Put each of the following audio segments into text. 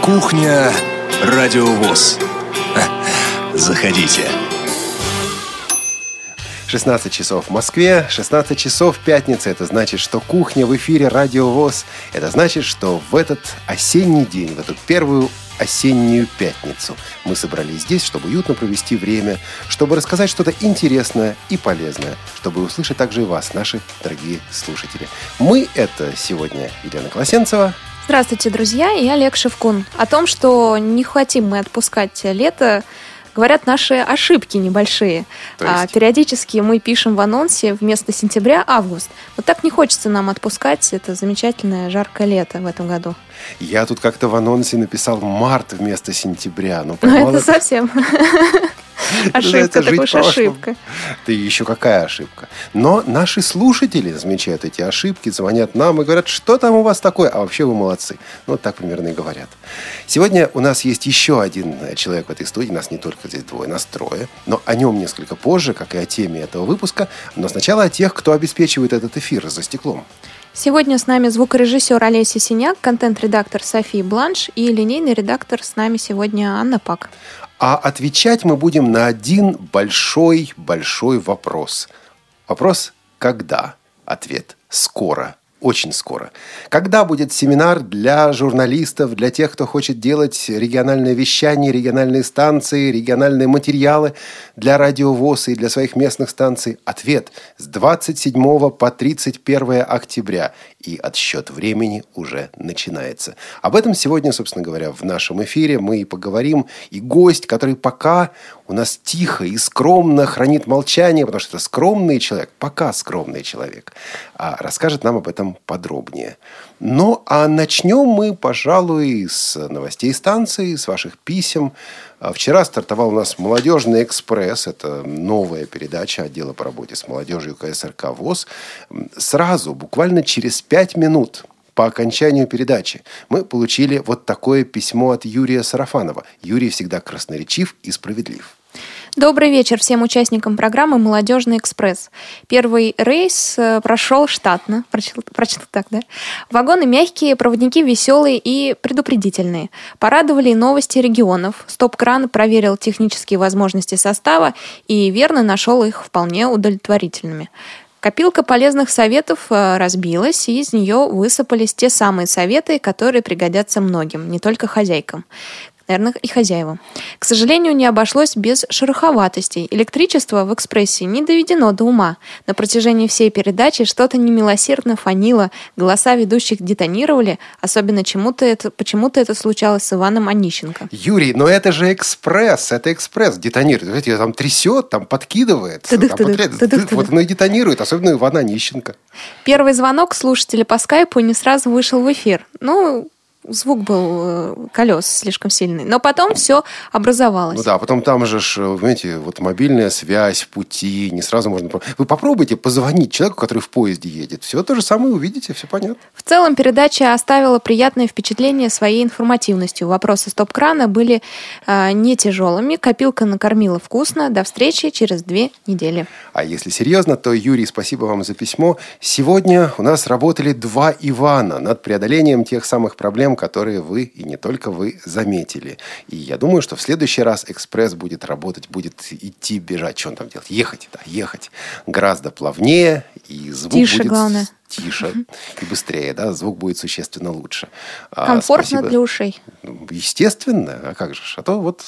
Кухня Радиовоз. Заходите. 16 часов в Москве, 16 часов в пятницу. Это значит, что кухня в эфире Радиовоз. Это значит, что в этот осенний день, в эту первую осеннюю пятницу мы собрались здесь, чтобы уютно провести время, чтобы рассказать что-то интересное и полезное, чтобы услышать также и вас, наши дорогие слушатели. Мы — это сегодня Елена Колосенцева. Здравствуйте, друзья, и Олег Шевкун. О том, что не хотим мы отпускать лето, говорят наши ошибки небольшие. Периодически мы пишем в анонсе вместо сентября август. Вот так не хочется нам отпускать это замечательное жаркое лето в этом году. Я тут как-то в анонсе написал март вместо сентября. Но это совсем... Ошибка, так уж ошибка. Да еще какая ошибка. Но наши слушатели замечают эти ошибки, звонят нам и говорят, что там у вас такое, а вообще вы молодцы. Ну, вот так примерно и говорят. Сегодня у нас есть еще один человек в этой студии. Нас не только здесь двое, нас трое. Но о нем несколько позже, как и о теме этого выпуска. Но сначала о тех, кто обеспечивает этот эфир за стеклом. Сегодня с нами звукорежиссер Олеся Синяк, контент-редактор София Бланш и линейный редактор с нами сегодня Анна Пак. А отвечать мы будем на один большой вопрос. Вопрос «когда?» Ответ «скоро». Очень скоро. Когда будет семинар для журналистов, для тех, кто хочет делать региональное вещание, региональные станции, региональные материалы для Радиовоз и для своих местных станций? Ответ с 27 по 31 октября. И отсчет времени уже начинается. Об этом сегодня, собственно говоря, в нашем эфире мы и поговорим. И гость, который пока у нас тихо и скромно хранит молчание, потому что это скромный человек, пока скромный человек, расскажет нам об этом подробнее. Ну, а начнем мы, пожалуй, с новостей станции, с ваших писем. Вчера стартовал у нас «Молодежный экспресс». Это новая передача отдела по работе с молодежью КСРК ВОС. Сразу, буквально через 5 минут по окончанию передачи мы получили вот такое письмо от Юрия Сарафанова. Юрий всегда красноречив и справедлив. Добрый вечер всем участникам программы «Молодежный экспресс». Первый рейс прошел штатно. Прочитал так, да? Вагоны мягкие, проводники веселые и предупредительные. Порадовали новости регионов. Стоп-кран проверил технические возможности состава и верно нашел их вполне удовлетворительными. Копилка полезных советов разбилась, и из нее высыпались те самые советы, которые пригодятся многим, не только хозяйкам. Наверное, и хозяевам. К сожалению, не обошлось без шероховатостей. Электричество в экспрессе не доведено до ума. На протяжении всей передачи что-то немилосердно фонило, голоса ведущих детонировали, особенно почему-то это случалось с Иваном Онищенко. Юрий, но это же экспресс, детонирует. Знаете, там трясет, там подкидывает. Вот оно и детонирует, особенно Иван Онищенко. Первый звонок слушателя по скайпу не сразу вышел в эфир. Звук был колес слишком сильный. Но потом все образовалось. Ну да, потом там же, понимаете, вот мобильная связь в пути, не сразу можно... Вы попробуйте позвонить человеку, который в поезде едет. Все то же самое увидите, все понятно. В целом передача оставила приятное впечатление своей информативностью. Вопросы стоп-крана были не тяжелыми. Копилка накормила вкусно. До встречи через 2 недели. А если серьезно, то, Юрий, спасибо вам за письмо. Сегодня у нас работали 2 Ивана над преодолением тех самых проблем, которые вы, и не только вы, заметили. И я думаю, что в следующий раз экспресс будет работать, будет идти, бежать. Что он там делает? Ехать. Гораздо плавнее, и звук тише, будет... главное. Тише и быстрее, да, звук будет существенно лучше. Комфортно для ушей. Естественно, а как же? А то вот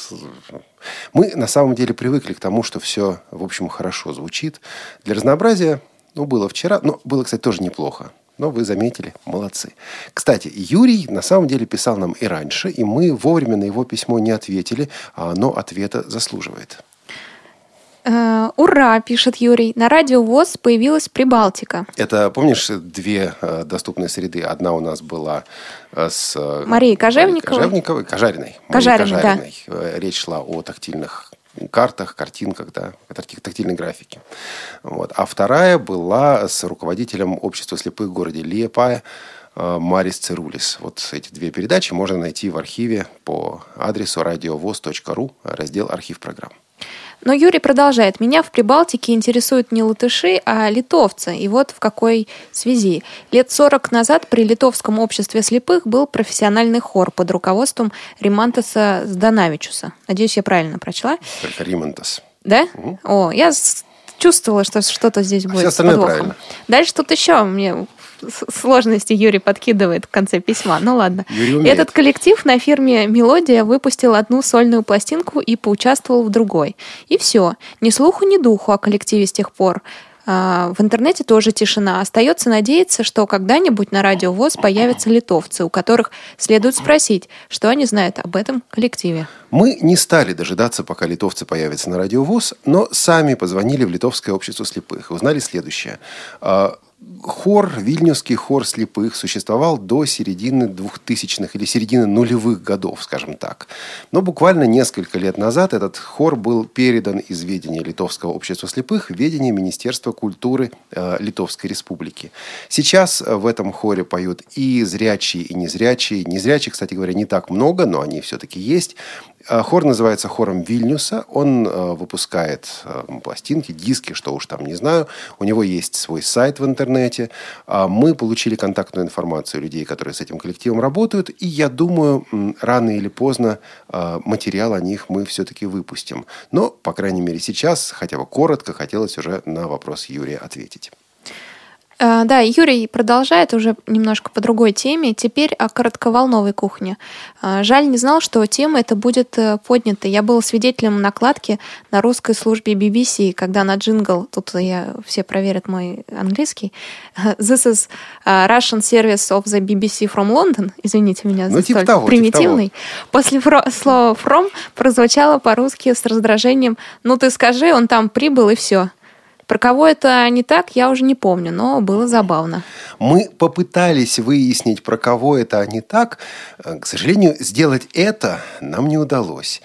мы на самом деле привыкли к тому, что все, в общем, хорошо звучит. Для разнообразия, было вчера, было, кстати, тоже неплохо. Но вы заметили, молодцы. Кстати, Юрий на самом деле писал нам и раньше, и мы вовремя на его письмо не ответили, а оно ответа заслуживает. Ура, пишет Юрий. На Радио ВОС появилась Прибалтика. Это, помнишь, 2 доступные среды? Одна у нас была с Марией Кожевниковой. Кожариной. Да. Речь шла о тактильных картах, картинках, да, тактильной графике. Вот. А вторая была с руководителем общества слепых в городе Лиепая Марис Цирулис. Вот эти 2 передачи можно найти в архиве по адресу radiovoz.ru, раздел «Архив программ». Но Юрий продолжает. Меня в Прибалтике интересуют не латыши, а литовцы. И вот в какой связи. Лет 40 назад при Литовском обществе слепых был профессиональный хор под руководством Римантаса Зданавичуса. Надеюсь, я правильно прочла. Только Римантас. Да? О, я чувствовала, что что-то здесь будет. Все остальное правильно. Дальше тут еще мне сложности Юрий подкидывает в конце письма. Ну ладно. Этот коллектив на фирме «Мелодия» выпустил одну сольную пластинку и поучаствовал в другой. И все. Ни слуху, ни духу о коллективе с тех пор. В интернете тоже тишина. Остается надеяться, что когда-нибудь на Радио ВОС появятся литовцы, у которых следует спросить, что они знают об этом коллективе. Мы не стали дожидаться, пока литовцы появятся на Радио ВОС, но сами позвонили в Литовское общество слепых и узнали следующее. Хор, вильнюсский хор слепых существовал до середины 2000-х или середины нулевых годов, скажем так. Но буквально несколько лет назад этот хор был передан из ведения Литовского общества слепых в ведение Министерства культуры Литовской Республики. Сейчас в этом хоре поют и зрячие, и незрячие. Незрячих, кстати говоря, не так много, но они все-таки есть. Хор называется хором Вильнюса. Он выпускает пластинки, диски, что уж там, не знаю. У него есть свой сайт в интернете. Мы получили контактную информацию людей, которые с этим коллективом работают. И я думаю, рано или поздно материал о них мы все-таки выпустим. Но, по крайней мере, сейчас, хотя бы коротко, хотелось уже на вопрос Юрия ответить. Да, Юрий продолжает уже немножко по другой теме. Теперь о коротковолновой кухне. Жаль, не знал, что тема эта будет поднята. Я был свидетелем накладки на русской службе BBC, когда на джингл, тут все проверят мой английский, «This is Russian service of the BBC from London», извините меня за столь примитивный, после слова «from» прозвучало по-русски с раздражением «ну ты скажи, он там прибыл и все». Про кого это не так, я уже не помню, но было забавно. Мы попытались выяснить, про кого это не так. К сожалению, сделать это нам не удалось.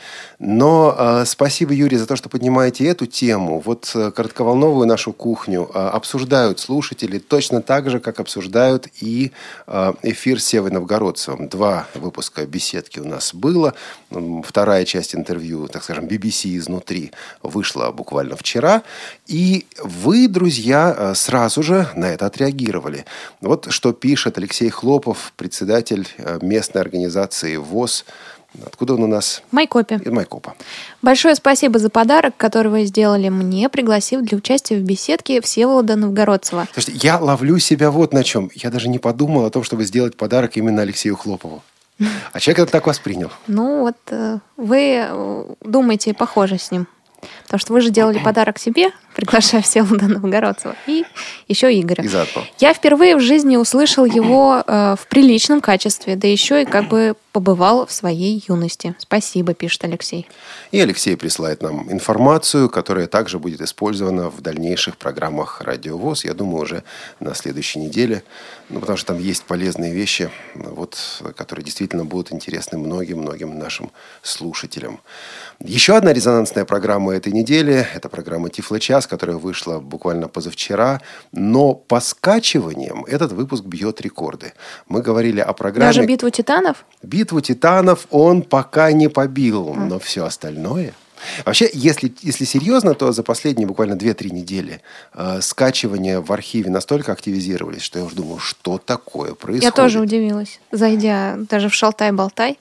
Но спасибо, Юрий, за то, что поднимаете эту тему. Вот коротковолновую нашу кухню обсуждают слушатели точно так же, как обсуждают и эфир с Севой Новгородцевым. 2 выпуска беседки у нас было. Вторая часть интервью, так скажем, BBC изнутри вышла буквально вчера. И вы, друзья, сразу же на это отреагировали. Вот что пишет Алексей Хлопов, председатель местной организации ВОС. Откуда он у нас? Майкопе. Из Майкопа. Большое спасибо за подарок, который вы сделали мне, пригласив для участия в беседке Всеволода Новгородцева. Слушайте, я ловлю себя вот на чем. Я даже не подумал о том, чтобы сделать подарок именно Алексею Хлопову. А человек это так воспринял. Ну вот, вы думаете похоже с ним. Потому что вы же делали подарок себе, приглашая Всеволода Новгородцева, и еще Игоря. И заодно. Я впервые в жизни услышал его в приличном качестве, да еще и как бы побывал в своей юности. Спасибо, пишет Алексей. И Алексей присылает нам информацию, которая также будет использована в дальнейших программах Радио ВОС. Я думаю, уже на следующей неделе. Потому что там есть полезные вещи, которые действительно будут интересны многим-многим нашим слушателям. Еще одна резонансная программа этой недели – это программа «Тифлочас», которая вышла буквально позавчера. Но по скачиваниям этот выпуск бьет рекорды. Мы говорили о программе... Даже «Битву титанов»? «Битву титанов» он пока не побил, но все остальное... Вообще, если серьезно, то за последние буквально 2-3 недели скачивания в архиве настолько активизировались, что я уже думаю, что такое происходит. Я тоже удивилась, зайдя даже в «Шалтай-болтай».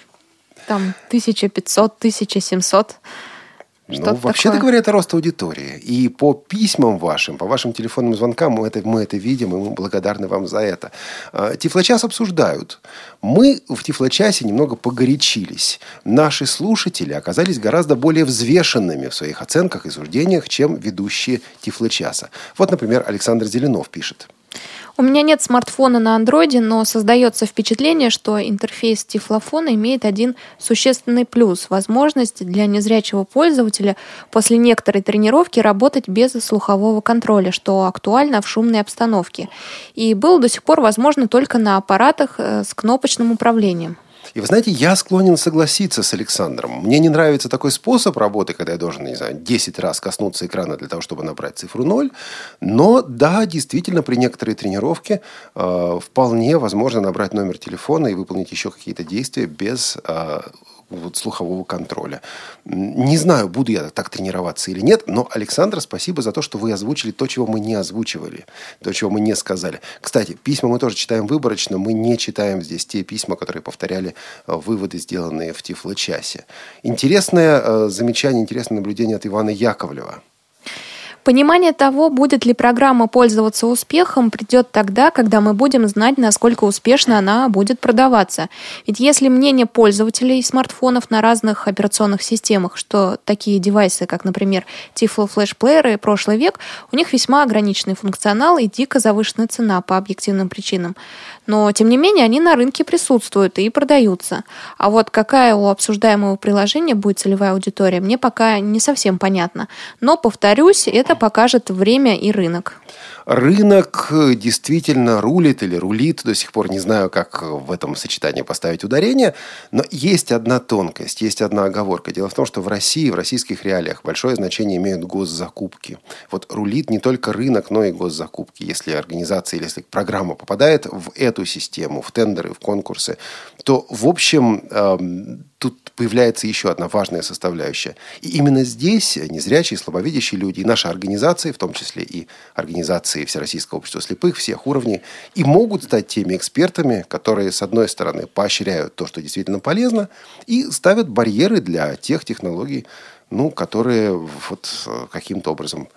Там 1500, 1700. Вообще-то говоря, это рост аудитории. И по письмам вашим, по вашим телефонным звонкам мы это видим, и мы благодарны вам за это. Тифлочас обсуждают. Мы в Тифлочасе немного погорячились. Наши слушатели оказались гораздо более взвешенными в своих оценках и суждениях, чем ведущие Тифлочаса. Вот, например, Александр Зеленов пишет. У меня нет смартфона на андроиде, но создается впечатление, что интерфейс тифлофона имеет один существенный плюс – возможность для незрячего пользователя после некоторой тренировки работать без слухового контроля, что актуально в шумной обстановке. И было до сих пор возможно только на аппаратах с кнопочным управлением. И вы знаете, я склонен согласиться с Александром. Мне не нравится такой способ работы, когда я должен, 10 раз коснуться экрана для того, чтобы набрать цифру 0. Но да, действительно, при некоторой тренировке вполне возможно набрать номер телефона и выполнить еще какие-то действия без слухового контроля. Не знаю, буду я так тренироваться или нет, но, Александра, спасибо за то, что вы озвучили то, чего мы не озвучивали, то, чего мы не сказали. Кстати, письма мы тоже читаем выборочно, мы не читаем здесь те письма, которые повторяли выводы, сделанные в Тифлочасе. Интересное замечание, интересное наблюдение от Ивана Яковлева. Понимание того, будет ли программа пользоваться успехом, придет тогда, когда мы будем знать, насколько успешно она будет продаваться. Ведь если мнение пользователей смартфонов на разных операционных системах, что такие девайсы, как, например, Tiflo флешплееры и прошлый век, у них весьма ограниченный функционал и дико завышенная цена по объективным причинам. Но, тем не менее, они на рынке присутствуют и продаются. А вот какая у обсуждаемого приложения будет целевая аудитория, мне пока не совсем понятно. Но, повторюсь, это покажет время и рынок. Рынок действительно рулит или рулит, до сих пор не знаю, как в этом сочетании поставить ударение, но есть одна тонкость, есть одна оговорка. Дело в том, что в России, в российских реалиях большое значение имеют госзакупки. Вот рулит не только рынок, но и госзакупки. Если организация или если программа попадает в эту систему, в тендеры, в конкурсы, то, в общем, тут появляется еще одна важная составляющая. И именно здесь незрячие, слабовидящие люди, и наши организации, в том числе и организации Всероссийского общества слепых, всех уровней, и могут стать теми экспертами, которые, с одной стороны, поощряют то, что действительно полезно, и ставят барьеры для тех технологий, которые вот каким-то образом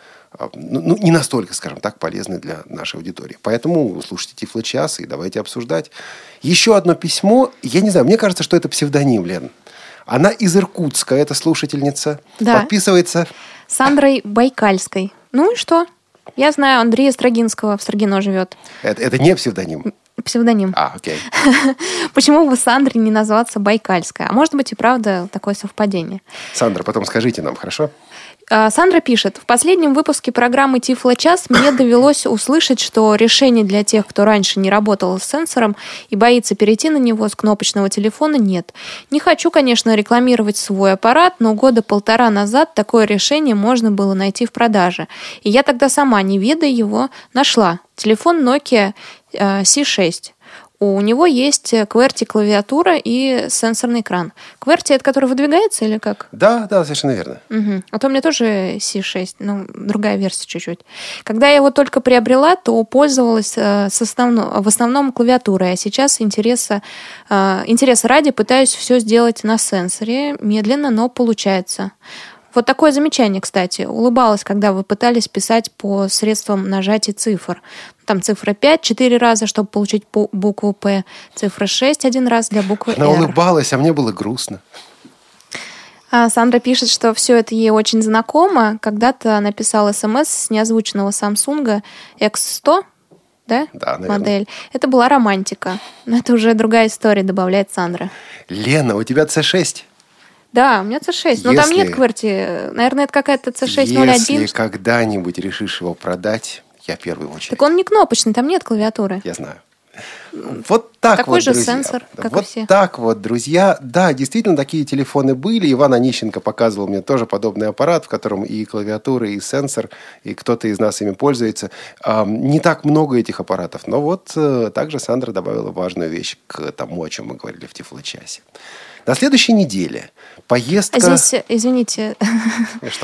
не настолько, скажем так, полезны для нашей аудитории. Поэтому слушайте Тифлочас и давайте обсуждать. Еще одно письмо. Я не знаю, мне кажется, что это псевдоним, Лен. Она из Иркутска, эта слушательница. Да. Подписывается Сандрой Байкальской. Ну и что? Я знаю Андрея Строгинского, в Строгино живет. Это не псевдоним? Псевдоним. Окей. Почему бы Сандре не назваться Байкальская? А может быть и правда такое совпадение. Сандра, потом скажите нам, хорошо? Сандра пишет: в последнем выпуске программы Тифлочас мне довелось услышать, что решений для тех, кто раньше не работал с сенсором и боится перейти на него с кнопочного телефона, нет. Не хочу, конечно, рекламировать свой аппарат, но 1.5 года назад такое решение можно было найти в продаже. И я тогда сама, не ведая его, нашла. Телефон Nokia C6. У него есть QWERTY-клавиатура и сенсорный экран. QWERTY — это который выдвигается или как? Да, совершенно верно. Угу. А то у меня тоже C6, другая версия чуть-чуть. Когда я его только приобрела, то пользовалась в основном клавиатурой, а сейчас интереса ради пытаюсь все сделать на сенсоре. Медленно, но получается. Вот такое замечание, кстати. Улыбалась, когда вы пытались писать по средствам нажатия цифр. Там цифра 5 4 раза, чтобы получить букву «П», цифра 6 1 раз для буквы «Р». Она улыбалась, а мне было грустно. Сандра пишет, что все это ей очень знакомо. Когда-то написала СМС с неозвученного Samsung X100, да, модель. Это была романтика. Но это уже другая история, добавляет Сандра. Лена, у тебя C6? Да, у меня C6, но там нет QWERTY. Наверное, это какая-то C601. Если когда-нибудь решишь его продать, я в первую очередь. Так он не кнопочный, там нет клавиатуры. Я знаю. Вот так такой вот, же друзья. Сенсор, как вот и все. Так вот, друзья. Да, действительно, такие телефоны были. Иван Онищенко показывал мне тоже подобный аппарат, в котором и клавиатура, и сенсор, и кто-то из нас ими пользуется. Не так много этих аппаратов. Но вот также Сандра добавила важную вещь к тому, о чем мы говорили в Тифлочасе. На следующей неделе поездка... Здесь, извините, что?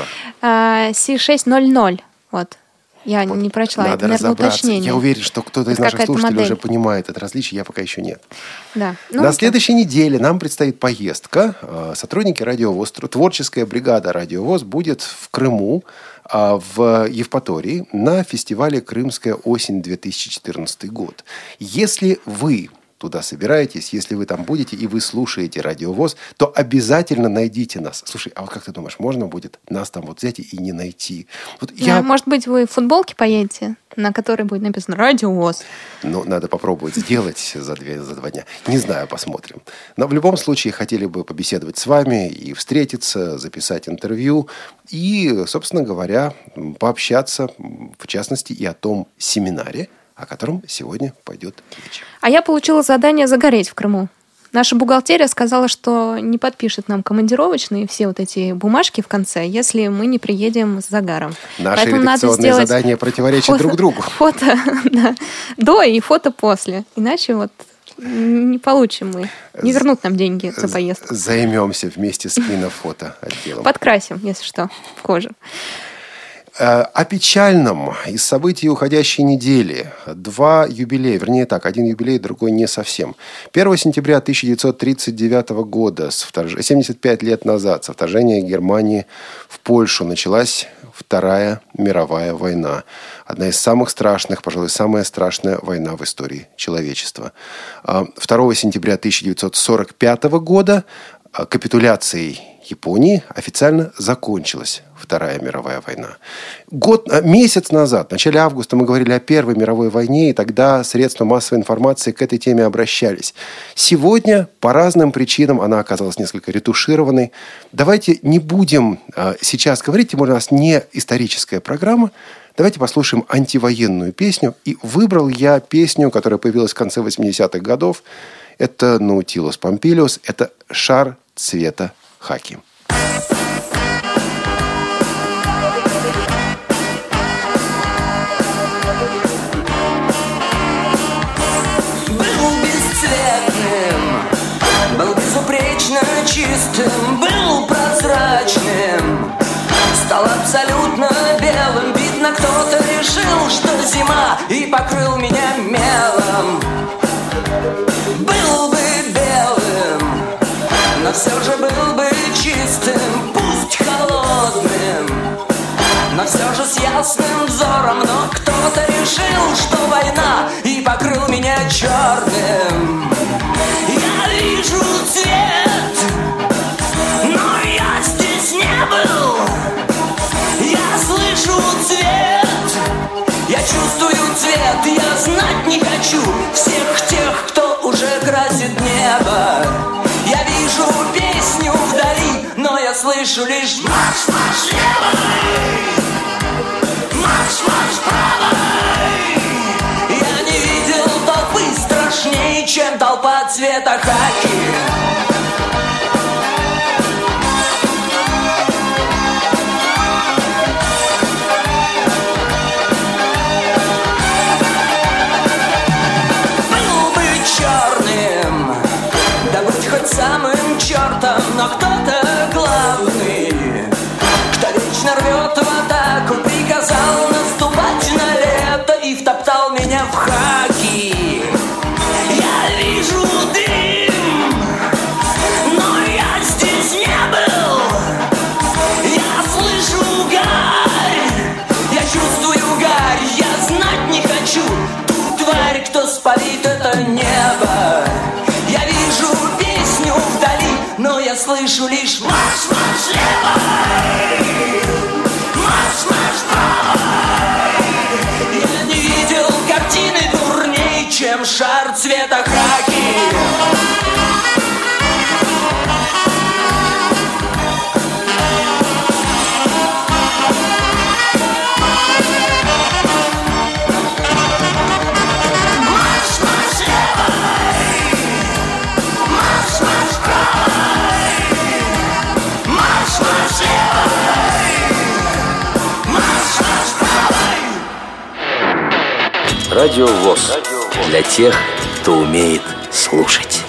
C600. Вот. Я не прочла. Надо это, наверное, разобраться. уточнение. Я уверен, что кто-то из наших слушателей модель уже понимает это различие, я пока еще нет. Да. На следующей неделе нам предстоит поездка. Сотрудники Радио ВОС, творческая бригада Радио ВОС будет в Крыму, в Евпатории, на фестивале «Крымская осень-2014 год». Если вы туда собираетесь, если вы там будете и вы слушаете Радио ВОС, то обязательно найдите нас. Слушай, а вот как ты думаешь, можно будет нас там вот взять и не найти? Вот может быть, вы в футболке поедете, на которой будет написано «Радио ВОС». Надо попробовать сделать за 2 дня. Не знаю, посмотрим. Но в любом случае хотели бы побеседовать с вами и встретиться, записать интервью и, собственно говоря, пообщаться, в частности, и о том семинаре, о котором сегодня пойдет речь. А я получила задание загореть в Крыму. Наша бухгалтерия сказала, что не подпишет нам командировочные все вот эти бумажки в конце, если мы не приедем с загаром. Наши Поэтому редакционные задания противоречат друг другу. Фото до и фото после. Иначе вот Не получим мы. Не вернут нам деньги за поездку. Займемся вместе с кинофото отделом. Подкрасим, если что, в кожу. О печальном из событий уходящей недели. Два юбилея, вернее так, один юбилей, другой не совсем. 1 сентября 1939 года, 75 лет назад, со вторжения Германии в Польшу началась Вторая мировая война. Одна из самых страшных, пожалуй, самая страшная война в истории человечества. 2 сентября 1945 года капитуляцией Японии официально закончилась Вторая мировая война. Месяц назад, в начале августа, мы говорили о Первой мировой войне, и тогда средства массовой информации к этой теме обращались. Сегодня по разным причинам она оказалась несколько ретушированной. Давайте не будем сейчас говорить, тем более у нас не историческая программа. Давайте послушаем антивоенную песню. И выбрал я песню, которая появилась в конце 80-х годов. Это Наутилус Помпилиус. Это «Шар цвета хаки». Был бесцветным, был безупречно чистым, был прозрачным, стал абсолютно белым. Видно, кто-то решил, что зима, и покрыл меня мелом. Был бы белым, но все же был бы чистым, пусть холодным, но все же с ясным взором. Но кто-то решил, что война, и покрыл меня черным. Я вижу цвет, но я здесь не был. Я слышу цвет, я чувствую цвет. Я знать не хочу всех тех, кто уже красит небо. Я вижу песню вдали, но я слышу лишь марш, марш левый, марш, марш правый. Я не видел толпы страшнее, чем толпа цвета хаки. Самым чертом, но кто-то главный, кто вечно рвет в атаку, приказал наступать на лето и втоптал меня в хаки. Я вижу дым, но я здесь не был. Я слышу гарь, я чувствую гарь. Я знать не хочу ту тварь, кто спалит это небо. Я вижу песню вдали, но я слышу лишь марш, марш левый, марш, марш правый. Я не видел картины дурней, чем шар цвета хаки. Радио ВОС. Для тех, кто умеет слушать.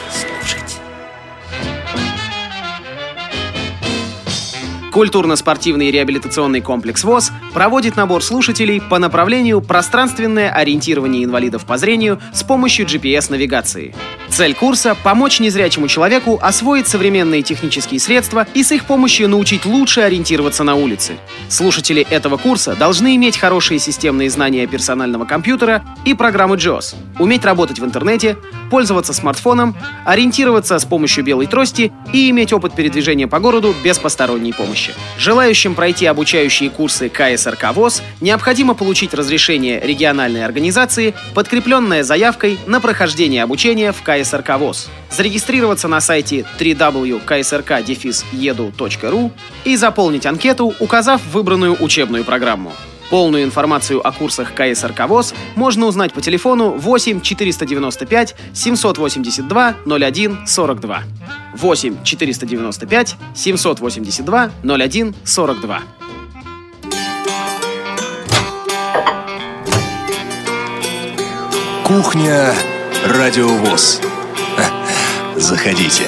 Культурно-спортивный реабилитационный комплекс ВОС проводит набор слушателей по направлению пространственное ориентирование инвалидов по зрению с помощью GPS-навигации. Цель курса – помочь незрячему человеку освоить современные технические средства и с их помощью научить лучше ориентироваться на улице. Слушатели этого курса должны иметь хорошие системные знания персонального компьютера и программы JAWS, уметь работать в интернете, пользоваться смартфоном, ориентироваться с помощью белой трости и иметь опыт передвижения по городу без посторонней помощи. Желающим пройти обучающие курсы КСРК ВОС необходимо получить разрешение региональной организации, подкрепленное заявкой на прохождение обучения в КСРК ВОС, зарегистрироваться на сайте www.ksrk-edu.ru и заполнить анкету, указав выбранную учебную программу. Полную информацию о курсах КСРК ВОС можно узнать по телефону 8 495 782 01 42. 8 495 782 01 42. Кухня Радио ВОС. Заходите.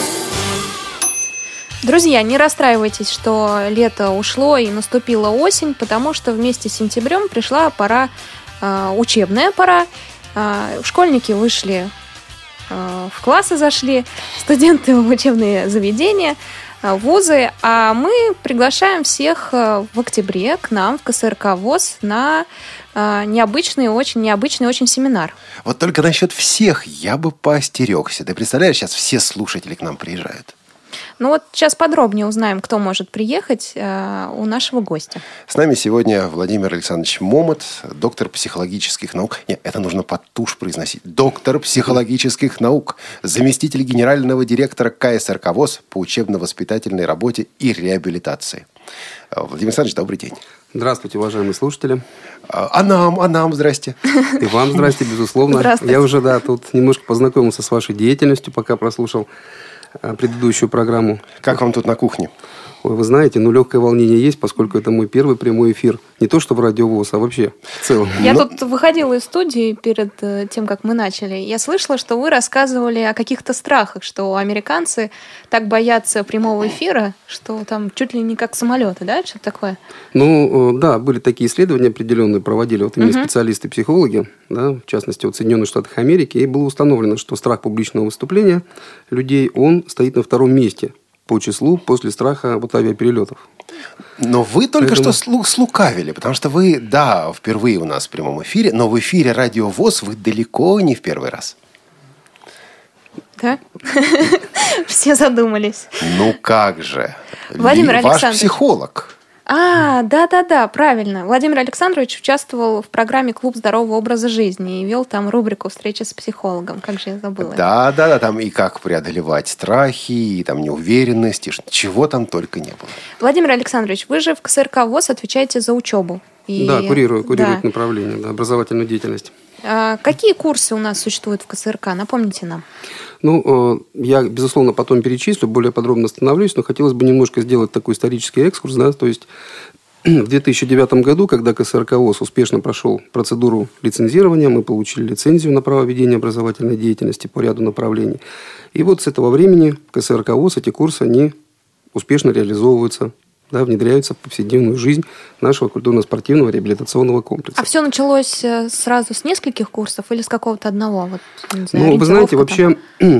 Друзья, не расстраивайтесь, что лето ушло и наступила осень, потому что вместе с сентябрем пришла пора, учебная пора. Школьники вышли в классы, зашли, студенты в учебные заведения, вузы, а мы приглашаем всех в октябре к нам в КСРК ВОС на необычный очень семинар. Вот только насчет всех я бы поостерегся. Ты представляешь, сейчас все слушатели к нам приезжают. Ну вот сейчас подробнее узнаем, кто может приехать у нашего гостя. С нами сегодня Владимир Александрович Момот, доктор психологических наук. Нет, это нужно под тушь произносить. Доктор психологических наук, заместитель генерального директора КСРК ВОС по учебно-воспитательной работе и реабилитации. Владимир Александрович, добрый день. Здравствуйте, уважаемые слушатели. А нам здрасте. И вам здрасте, безусловно. Здравствуйте. Я уже, тут немножко познакомился с вашей деятельностью, пока прослушал предыдущую программу. Как вам тут на кухне? Ой, вы знаете, легкое волнение есть, поскольку это мой первый прямой эфир. Не то, что в Радио ВОС, а вообще в целом. Я тут выходила из студии перед тем, как мы начали. Я слышала, что вы рассказывали о каких-то страхах, что американцы так боятся прямого эфира, что там чуть ли не как самолеты, да? Что-то такое? Да, были такие исследования определенные, проводили именно специалисты-психологи, да, в частности, в Соединенных Штатах Америки, и было установлено, что страх публичного выступления людей, он стоит на втором месте по числу после страха авиаперелетов. Но вы только что слукавили, потому что вы, впервые у нас в прямом эфире, но в эфире Радио ВОС вы далеко не в первый раз. Да? Все задумались. Ну как же. Владимир ваш Александрович. Психолог. Да, правильно. Владимир Александрович участвовал в программе «Клуб здорового образа жизни» и вел там рубрику «Встреча с психологом». Как же я забыла. Да, там и как преодолевать страхи, и там неуверенность, и чего там только не было. Владимир Александрович, вы же в КСРК ВОС отвечаете за учебу. Да, курирую направление, образовательную деятельность. Какие курсы у нас существуют в КСРК? Напомните нам. Я, безусловно, потом перечислю, более подробно остановлюсь, но хотелось бы немножко сделать такой исторический экскурс. Да? То есть в 2009 году, когда КСРК ВОС успешно прошел процедуру лицензирования, мы получили лицензию на право ведения образовательной деятельности по ряду направлений. И вот с этого времени в КСРК ВОС эти курсы, они успешно реализовываются, внедряются в повседневную жизнь нашего культурно-спортивного реабилитационного комплекса. А все началось сразу с нескольких курсов или с какого-то одного? Вы знаете, вообще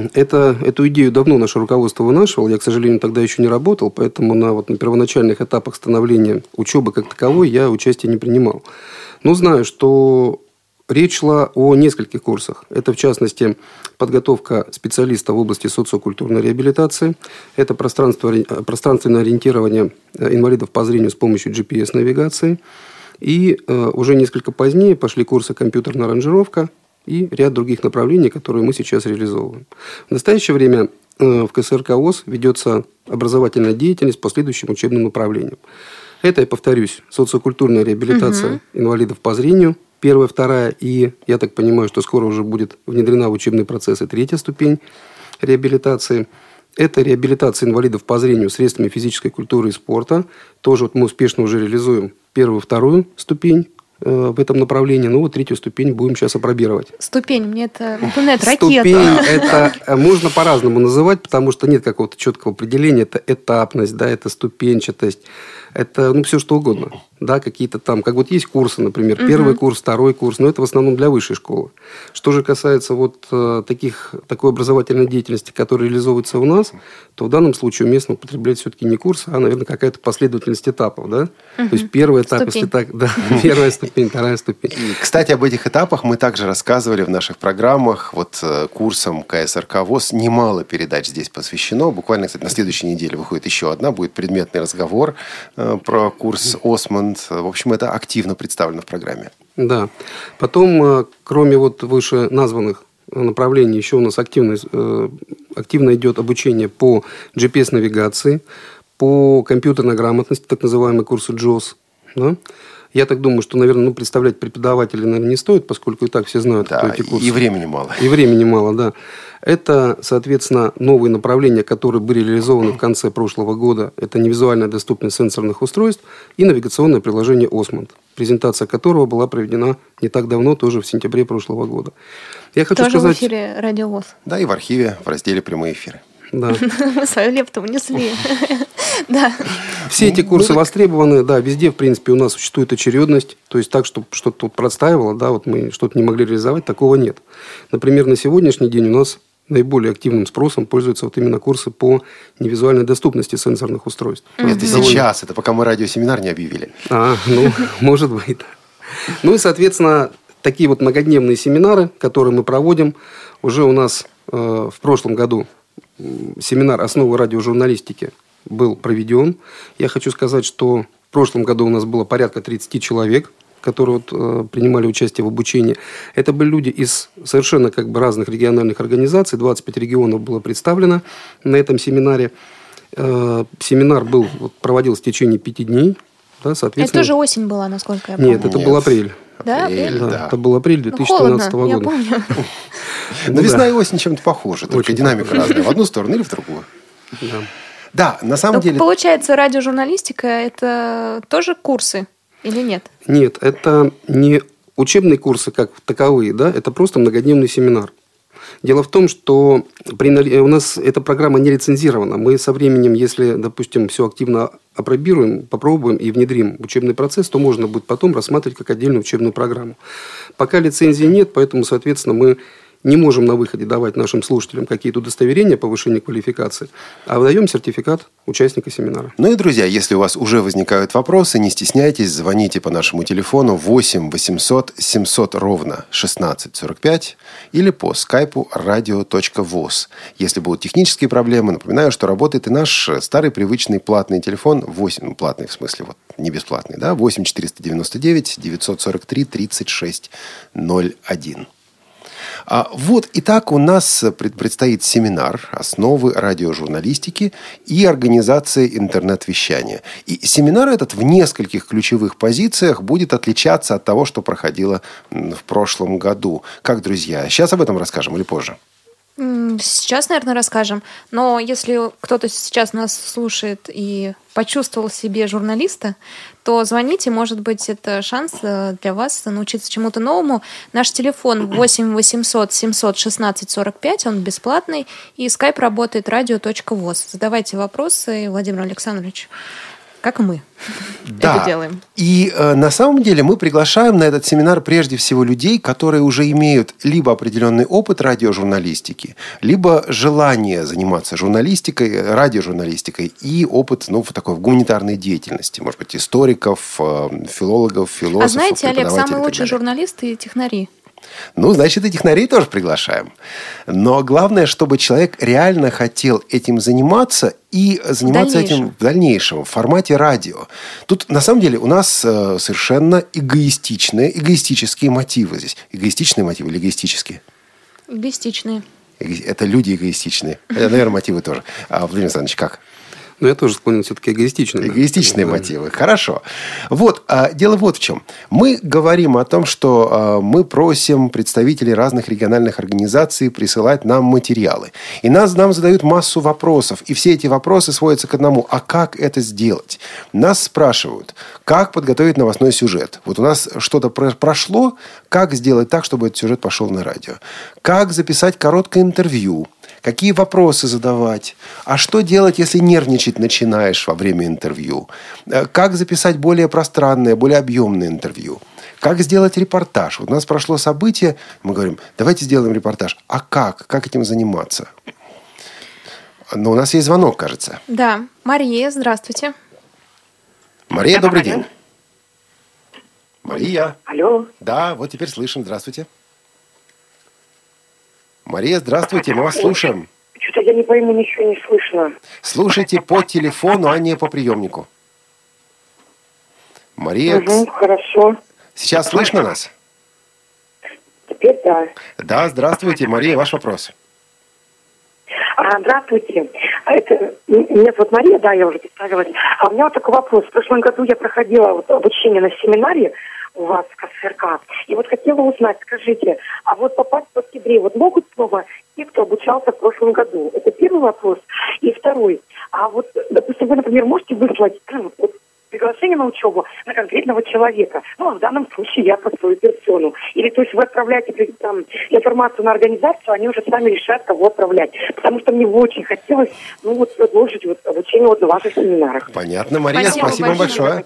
эту идею давно наше руководство вынашивало. Я, к сожалению, тогда еще не работал, поэтому на первоначальных этапах становления учебы как таковой я участия не принимал. Но знаю, что речь шла о нескольких курсах. Это, в частности, подготовка специалиста в области социокультурной реабилитации. Это пространственное ориентирование инвалидов по зрению с помощью GPS-навигации. И уже несколько позднее пошли курсы компьютерная аранжировка и ряд других направлений, которые мы сейчас реализовываем. В настоящее время в КСРК ВОС ведется образовательная деятельность по следующим учебным направлениям. Это, я повторюсь, социокультурная реабилитация инвалидов по зрению, 1-я, 2-я, и я так понимаю, что скоро уже будет внедрена в учебный процесс и 3-я ступень реабилитации. Это реабилитация инвалидов по зрению средствами физической культуры и спорта. Тоже мы успешно уже реализуем 1-ю, 2-ю ступень в этом направлении. 3-ю ступень будем сейчас апробировать. Ступень, мне это напоминает ракету. Ступень это можно по-разному называть, потому что нет какого-то четкого определения. Это этапность, это ступенчатость. Это все что угодно. Какие-то там, как есть курсы, например, 1-й курс, 2-й курс, но это в основном для высшей школы. Что же касается такой образовательной деятельности, которая реализовывается у нас, то в данном случае уместно употреблять все-таки не курс, а, наверное, какая-то последовательность этапов. То есть 1-й этап, если так, 1-я ступень, 2-я ступень. Кстати, об этих этапах мы также рассказывали в наших программах. Курсам КСРК ВОС немало передач здесь посвящено. Буквально, кстати, на следующей неделе выходит еще одна, будет предметный разговор про курс Осмонд. В общем, это активно представлено в программе. Да. Потом, кроме выше названных направлений, еще у нас активно идет обучение по GPS-навигации, по компьютерной грамотности, так называемые курсы JOS. Да? Я так думаю, что, наверное, представлять преподавателей, наверное, не стоит, поскольку и так все знают, кто эти курсы. И времени мало. И времени мало, да. Это, соответственно, новые направления, которые были реализованы в конце прошлого года. Это невизуальная доступность сенсорных устройств и навигационное приложение Осмонд. презентация которого была проведена не так давно, тоже в сентябре прошлого года. Я хочу тоже сказать... в эфире Радио ВОС. Да, и в архиве, в разделе «Прямые эфиры». Да. Мы свою лепту внесли. Да. Все эти курсы востребованы, да, везде, в принципе, у нас существует очередность, то есть так, чтобы что-то тут простаивало, да, вот мы что-то не могли реализовать, такого нет. Например, на сегодняшний день у нас наиболее активным спросом пользуются вот именно курсы по невизуальной доступности сенсорных устройств. Это сейчас, это пока мы радиосеминар не объявили. Ну, может быть. Ну и, соответственно, такие вот многодневные семинары, которые мы проводим, уже у нас в прошлом году семинар «Основы радиожурналистики» был проведен. Я хочу сказать, что в прошлом году у нас было порядка 30 человек, которые вот, принимали участие в обучении. Это были люди из совершенно как бы разных региональных организаций. 25 регионов было представлено на этом семинаре. Семинар проводился в течение 5 дней. Да, соответственно... Это тоже осень была, насколько я помню. Нет, это был апрель. Да, апрель? Да, это был апрель 2013 года. Я помню. Но весна и осень чем-то похожи, только динамика разная. В одну сторону или в другую. Да, на самом деле... Получается, радиожурналистика – это тоже курсы или нет? Нет, это не учебные курсы как таковые, да, это просто многодневный семинар. Дело в том, что у нас эта программа не лицензирована. Мы со временем, если, допустим, все активно опробируем, попробуем и внедрим в учебный процесс, то можно будет потом рассматривать как отдельную учебную программу. Пока лицензии нет, поэтому, соответственно, мы не можем на выходе давать нашим слушателям какие-то удостоверения повышения квалификации, а выдаем сертификат участника семинара. Ну и, друзья, если у вас уже возникают вопросы, не стесняйтесь, звоните по нашему телефону 8 800 700 ровно 1645 или по скайпу radio.voz. Если будут технические проблемы, напоминаю, что работает и наш старый привычный платный телефон, платный в смысле, вот не бесплатный, да, 8 499 943 36 01. Вот, итак, у нас предстоит семинар «Основы радиожурналистики» и организация интернет-вещания. И семинар этот в нескольких ключевых позициях будет отличаться от того, что проходило в прошлом году. Как, друзья, сейчас об этом расскажем или позже? Сейчас, наверное, расскажем. Но если кто-то сейчас нас слушает и почувствовал в себе журналиста, то звоните. Может быть, это шанс для вас научиться чему-то новому. Наш телефон 8 800 700 16 45. Он бесплатный. И скайп работает radio.voz. Задавайте вопросы, Владимир Александрович. Как и мы это делаем. И на самом деле мы приглашаем на этот семинар прежде всего людей, которые уже имеют либо определенный опыт радиожурналистики, либо желание заниматься журналистикой, радиожурналистикой и опыт в такой гуманитарной деятельности. Может быть, историков, филологов, философов. А знаете, Олег, самые лучшие журналисты и технари. Значит, и технарей тоже приглашаем. Но главное, чтобы человек реально хотел этим заниматься и заниматься этим в дальнейшем, в формате радио. Тут, на самом деле, у нас совершенно эгоистические мотивы здесь. Эгоистичные мотивы или эгоистические? Эгоистичные. Это люди эгоистичные. Наверное, мотивы тоже. Владимир Александрович, как? Но я тоже склонен все-таки эгоистичным. Эгоистичные мотивы. Хорошо. Вот. Дело вот в чем. Мы говорим о том, что мы просим представителей разных региональных организаций присылать нам материалы. И нам задают массу вопросов. И все эти вопросы сводятся к одному. А как это сделать? Нас спрашивают, как подготовить новостной сюжет. Вот у нас что-то прошло. Как сделать так, чтобы этот сюжет пошел на радио? Как записать короткое интервью? Какие вопросы задавать? А что делать, если нервничать начинаешь во время интервью? Как записать более пространное, более объемное интервью? Как сделать репортаж? Вот у нас прошло событие, мы говорим, давайте сделаем репортаж. А как? Как этим заниматься? Но у нас есть звонок, кажется. Да. Мария, здравствуйте. Мария, добрый день. Мария. Алло. Да, вот теперь слышим. Здравствуйте. Мария, здравствуйте, мы вас слушаем. Что-то я не пойму, ничего не слышно. Слушайте по телефону, а не по приемнику. Мария... хорошо. Сейчас слышно нас? Теперь да. Да, здравствуйте, Мария, ваш вопрос. Здравствуйте. Меня зовут Мария, да, я уже представилась. У меня вот такой вопрос. В прошлом году я проходила обучение на семинаре у вас в КСРК. И вот хотела узнать, скажите, а вот попасть в октябре могут снова те, кто обучался в прошлом году? Это первый вопрос. И второй. А вот, допустим, вы, например, можете выслать приглашение на учебу на конкретного человека. Ну, в данном случае я про свою персону. Или, то есть, вы отправляете там информацию на организацию, они уже сами решат, кого отправлять. Потому что мне очень хотелось, продолжить обучение на ваших семинарах. Понятно, Мария, спасибо большое.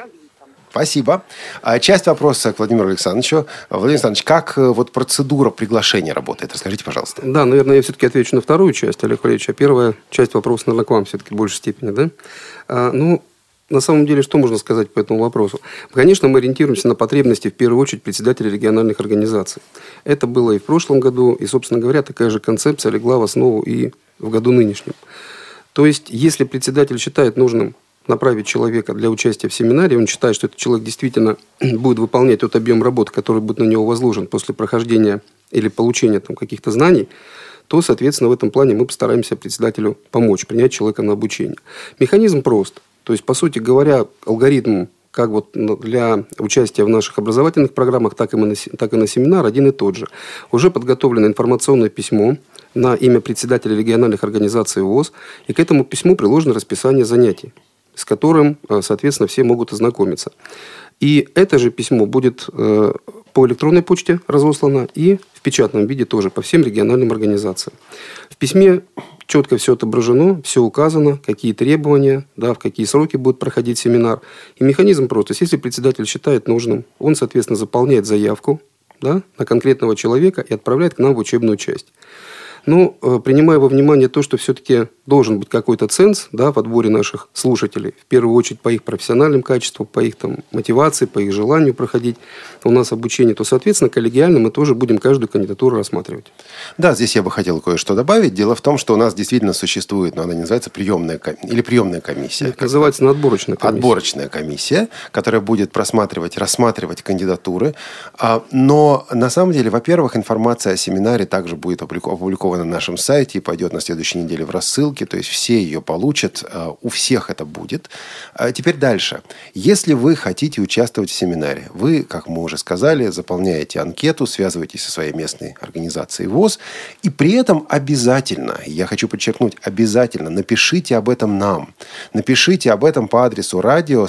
Спасибо. Часть вопроса к Владимиру Александровичу. Владимир Александрович, как процедура приглашения работает? Расскажите, пожалуйста. Да, наверное, я все-таки отвечу на вторую часть, Олег Валерьевич. А первая часть вопроса, наверное, к вам все-таки в большей степени, да? На самом деле, что можно сказать по этому вопросу? Конечно, мы ориентируемся на потребности, в первую очередь, председателей региональных организаций. Это было и в прошлом году, и, собственно говоря, такая же концепция легла в основу и в году нынешнем. То есть, если председатель считает нужным направить человека для участия в семинаре, он считает, что этот человек действительно будет выполнять тот объем работы, который будет на него возложен после прохождения или получения каких-то знаний, то, соответственно, в этом плане мы постараемся председателю помочь, принять человека на обучение. Механизм прост. То есть, по сути говоря, алгоритм как для участия в наших образовательных программах, так и на семинар один и тот же. Уже подготовлено информационное письмо на имя председателя региональных организаций ВОС, и к этому письму приложено расписание занятий, с которым, соответственно, все могут ознакомиться. И это же письмо будет по электронной почте разослано и в печатном виде тоже по всем региональным организациям. В письме четко все отображено, все указано, какие требования, в какие сроки будет проходить семинар. И механизм прост. То есть, если председатель считает нужным, он, соответственно, заполняет заявку на конкретного человека и отправляет к нам в учебную часть. Но, принимая во внимание то, что все-таки должен быть какой-то ценз в отборе наших слушателей, в первую очередь по их профессиональным качествам, по их мотивации, по их желанию проходить у нас обучение, то, соответственно, коллегиально мы тоже будем каждую кандидатуру рассматривать. Да, здесь я бы хотел кое-что добавить. Дело в том, что у нас действительно существует, она не называется приемная комиссия. Это называется отборочная комиссия. Отборочная комиссия, которая будет рассматривать кандидатуры. Но, на самом деле, во-первых, информация о семинаре также будет опубликована на нашем сайте и пойдет на следующей неделе в рассылке, то есть все ее получат, у всех это будет. Теперь дальше. Если вы хотите участвовать в семинаре, вы, как мы уже сказали, заполняете анкету, связываетесь со своей местной организацией ВОС, и при этом обязательно, я хочу подчеркнуть, обязательно напишите об этом нам. Напишите об этом по адресу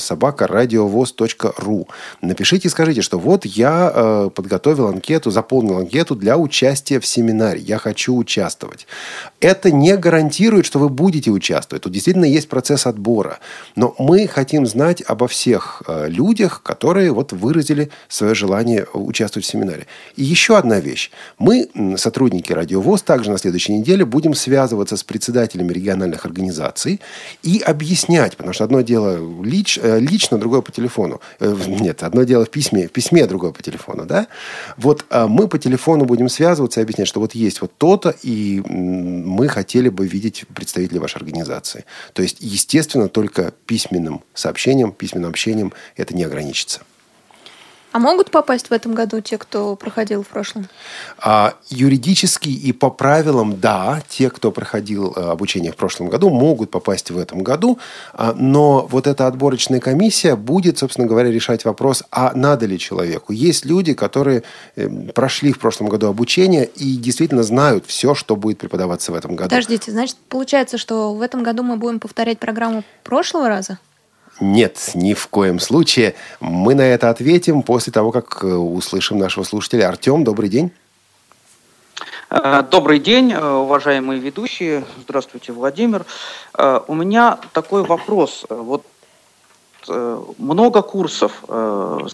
radio@radiovos.ru. Напишите и скажите, что вот я подготовил анкету, заполнил анкету для участия в семинаре. Я хочу участвовать. Это не гарантирует, что вы будете участвовать. Тут действительно есть процесс отбора. Но мы хотим знать обо всех людях, которые выразили свое желание участвовать в семинаре. И еще одна вещь. Мы, сотрудники Радио ВОС, также на следующей неделе будем связываться с председателями региональных организаций и объяснять, потому что одно дело лично, другое по телефону. Нет, одно дело в письме, другое по телефону. Да? Мы по телефону будем связываться и объяснять, что есть то-то, и мы хотели бы видеть представителей вашей организации. То есть, естественно, только письменным сообщением, письменным общением это не ограничится. А могут попасть в этом году те, кто проходил в прошлом? Юридически и по правилам, да, те, кто проходил обучение в прошлом году, могут попасть в этом году, но эта отборочная комиссия будет, собственно говоря, решать вопрос, а надо ли человеку. Есть люди, которые прошли в прошлом году обучение и действительно знают все, что будет преподаваться в этом году. Подождите, значит, получается, что в этом году мы будем повторять программу прошлого раза? Нет, ни в коем случае. Мы на это ответим после того, как услышим нашего слушателя. Артем, добрый день. Добрый день, уважаемые ведущие. Здравствуйте, Владимир. У меня такой вопрос. Много курсов, в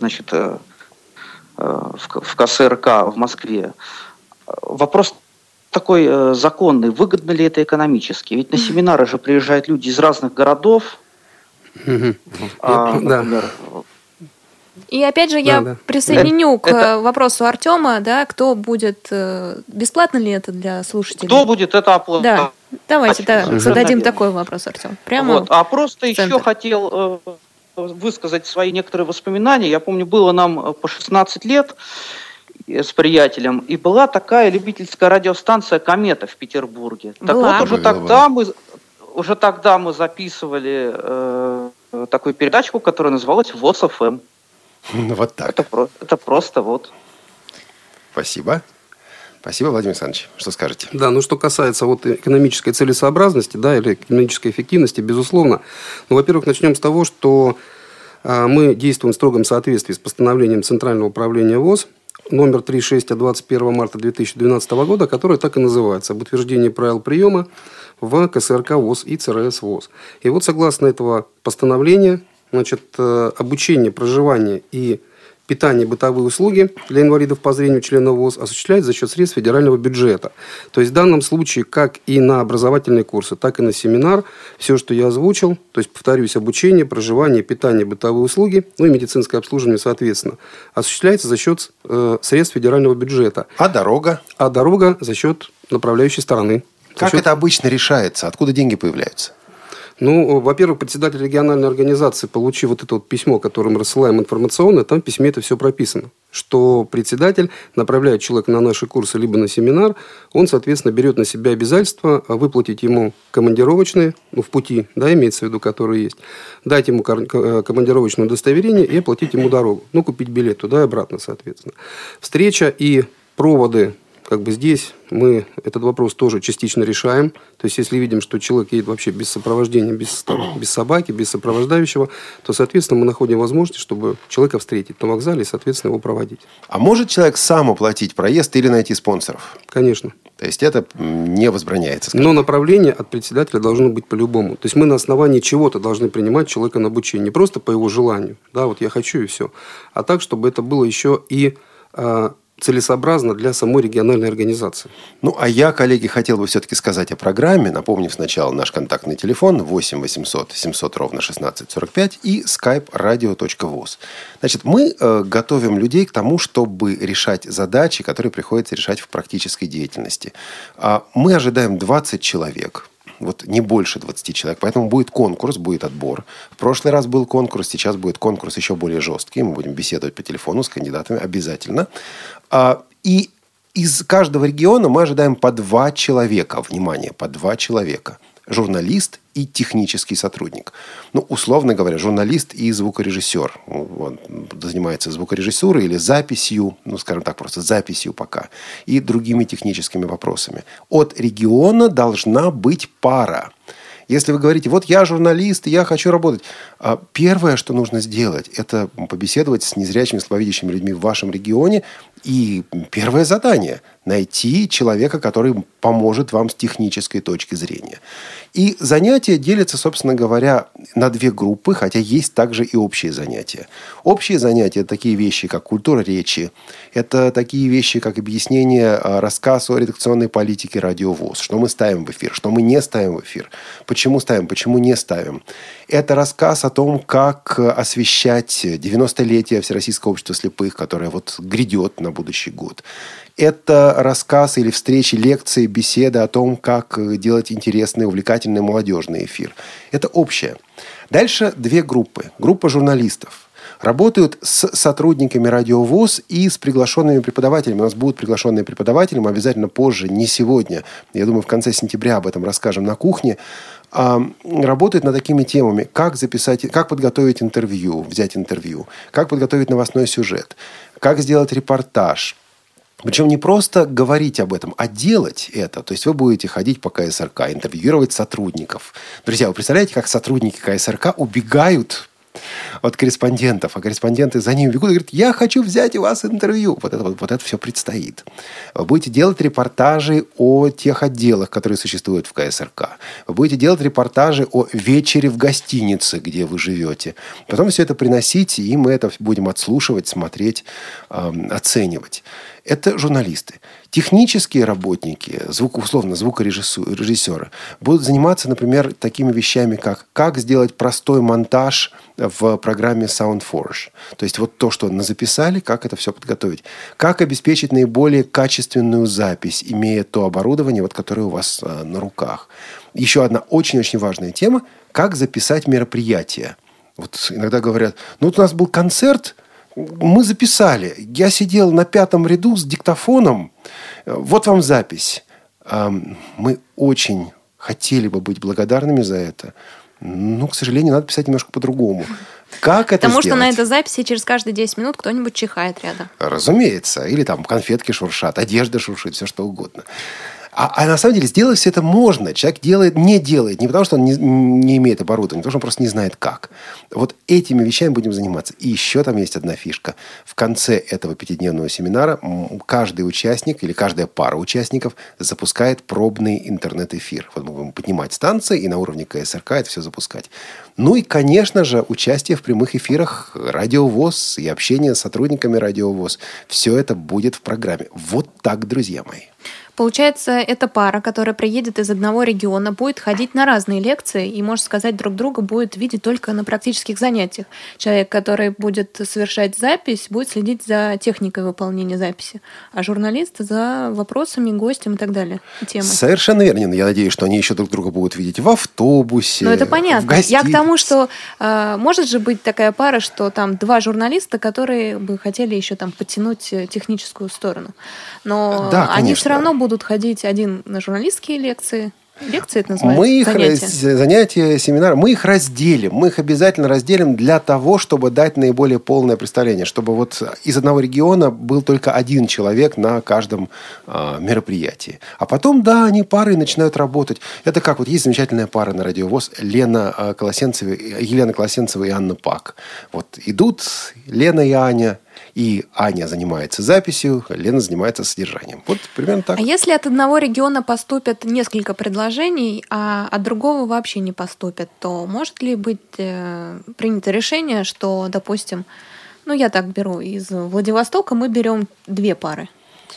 КСРК в Москве. Вопрос такой законный. Выгодно ли это экономически? Ведь на семинары же приезжают люди из разных городов. Например. И опять же я присоединю к вопросу Артема, кто будет, бесплатно ли это для слушателей? Кто будет это оплатить? Да, давайте зададим такой вопрос, Артем. Прямо а просто еще хотел высказать свои некоторые воспоминания. Я помню, было нам по 16 лет с приятелем, и была такая любительская радиостанция «Комета» в Петербурге. Так вот, уже тогда мы записывали такую передачку, которая называлась ВОС ФМ. Вот так. Это просто Спасибо. Спасибо, Владимир Александрович. Что скажете? Да, что касается экономической целесообразности, или экономической эффективности, безусловно. Во-первых, начнем с того, что Мы действуем в строгом соответствии с постановлением Центрального управления ВОС номер 36 от 21 марта 2012 года, которое так и называется «Об утверждении правил приема в КСРК ВОС и ЦРС ВОС». И вот согласно этого постановления, обучение, проживание и питание, бытовые услуги для инвалидов по зрению членов ВОС осуществляется за счет средств федерального бюджета. То есть в данном случае, как и на образовательные курсы, так и на семинар, все, что я озвучил, то есть, повторюсь, обучение, проживание, питание, бытовые услуги, и медицинское обслуживание, соответственно, осуществляется за счет средств федерального бюджета. А дорога? А дорога за счет направляющей стороны. Как это обычно решается? Откуда деньги появляются? Во-первых, председатель региональной организации, получив вот это вот письмо, которое мы рассылаем информационно, там в письме это все прописано. Что председатель направляет человека на наши курсы либо на семинар, он, соответственно, берет на себя обязательство выплатить ему командировочные, в пути, имеется в виду, которые есть, дать ему командировочное удостоверение и оплатить ему дорогу. Купить билет туда и обратно, соответственно. Встреча и проводы. Здесь мы этот вопрос тоже частично решаем. То есть, если видим, что человек едет вообще без сопровождения, без собаки, без сопровождающего, то, соответственно, мы находим возможность, чтобы человека встретить на вокзале и, соответственно, его проводить. А может человек сам оплатить проезд или найти спонсоров? Конечно. То есть, это не возбраняется? Но направление от председателя должно быть по-любому. То есть, мы на основании чего-то должны принимать человека на обучение. Не просто по его желанию. Я хочу и все. А так, чтобы это было еще и целесообразно для самой региональной организации. А я, коллеги, хотел бы все-таки сказать о программе, напомнив сначала наш контактный телефон 8 800 700 ровно 1645 и skype radio.voz. Мы готовим людей к тому, чтобы решать задачи, которые приходится решать в практической деятельности. Мы ожидаем 20 человек. Не больше 20 человек. Поэтому будет конкурс, будет отбор. В прошлый раз был конкурс, сейчас будет конкурс еще более жесткий. Мы будем беседовать по телефону с кандидатами обязательно. И из каждого региона мы ожидаем по 2 человека. Внимание, по 2 человека. Журналист и технический сотрудник. Условно говоря, журналист и звукорежиссер. Он занимается звукорежиссурой или записью, скажем так, просто записью пока. И другими техническими вопросами. От региона должна быть пара. Если вы говорите, я журналист, я хочу работать. Первое, что нужно сделать, это побеседовать с незрячими, слабовидящими людьми в вашем регионе. И первое задание – найти человека, который поможет вам с технической точки зрения. И занятия делятся, собственно говоря, на 2 группы, хотя есть также и общие занятия. Общие занятия – это такие вещи, как культура речи, это такие вещи, как объяснение, рассказ о редакционной политике Радио ВОС, что мы ставим в эфир, что мы не ставим в эфир, почему ставим, почему не ставим. Это рассказ о том, как освещать 90-летие Всероссийского общества слепых, которое грядет на будущий год. Это рассказ или встречи, лекции, беседы о том, как делать интересный, увлекательный молодежный эфир. Это общее. Дальше 2 группы. Группа журналистов. Работают с сотрудниками Радио ВОС и с приглашенными преподавателями. У нас будут приглашенные преподаватели, мы обязательно позже, не сегодня, я думаю, в конце сентября об этом расскажем на кухне. Работают над такими темами, как подготовить интервью, взять интервью, как подготовить новостной сюжет, как сделать репортаж. Причем не просто говорить об этом, а делать это. То есть вы будете ходить по КСРК, интервьюировать сотрудников. Друзья, вы представляете, как сотрудники КСРК убегают от корреспондентов, а корреспонденты за ними бегут и говорят: я хочу взять у вас интервью. Вот это все предстоит. Вы будете делать репортажи о тех отделах, которые существуют в КСРК. Вы будете делать репортажи о вечере в гостинице, где вы живете. Потом все это приносить, и мы это будем отслушивать, смотреть, оценивать. Это журналисты. Технические работники, звукорежиссеры, будут заниматься, например, такими вещами, как сделать простой монтаж в программе SoundForge. То есть то, что записали, как это все подготовить. Как обеспечить наиболее качественную запись, имея то оборудование, которое у вас на руках. Еще одна очень-очень важная тема – как записать мероприятие. Иногда говорят, у нас был концерт, мы записали. Я сидел на 5-м ряду с диктофоном. Вот вам запись. Мы очень хотели бы быть благодарными за это. Но, к сожалению, надо писать немножко по-другому. Как это Потому сделать? что на этой записи через каждые 10 минут кто-нибудь чихает рядом. Разумеется. Или конфетки шуршат, одежда шуршит, все что угодно. А на самом деле сделать все это можно. Человек не делает. Не потому, что он не имеет оборудования, потому что он просто не знает как. Вот этими вещами будем заниматься. И еще там есть одна фишка. В конце этого 5-дневного семинара каждый участник или каждая пара участников запускает пробный интернет-эфир. Вот мы будем поднимать станции и на уровне КСРК это все запускать. Ну и, конечно же, участие в прямых эфирах Радио ВОС и общение с сотрудниками Радио ВОС. Все это будет в программе. Вот так, друзья мои. Получается, эта пара, которая приедет из одного региона, будет ходить на разные лекции и, можно сказать, друг друга будет видеть только на практических занятиях. Человек, который будет совершать запись, будет следить за техникой выполнения записи, а журналист за вопросами, гостем и так далее. Темой. Совершенно верно. Я надеюсь, что они еще друг друга будут видеть в автобусе, это понятно. в гостинице. Я к тому, что может же быть такая пара, что там два журналиста, которые бы хотели еще там подтянуть техническую сторону. Но да, они все равно будут ходить один на журналистские лекции. Лекции это называется? Мы их занятия, семинары, мы их разделим. Мы их обязательно разделим для того, чтобы дать наиболее полное представление. Чтобы вот из одного региона был только один человек на каждом мероприятии. А потом, да, они парой начинают работать. Это как вот есть замечательная пара на Радио ВОС Елена Колосенцева и Анна Пак. Вот идут Лена и Аня. И Аня занимается записью, Лена занимается содержанием. Вот примерно так. А если от одного региона поступят несколько предложений, а от другого вообще не поступят, то может ли быть принято решение, что, допустим, я так беру, из Владивостока мы берем 2 пары?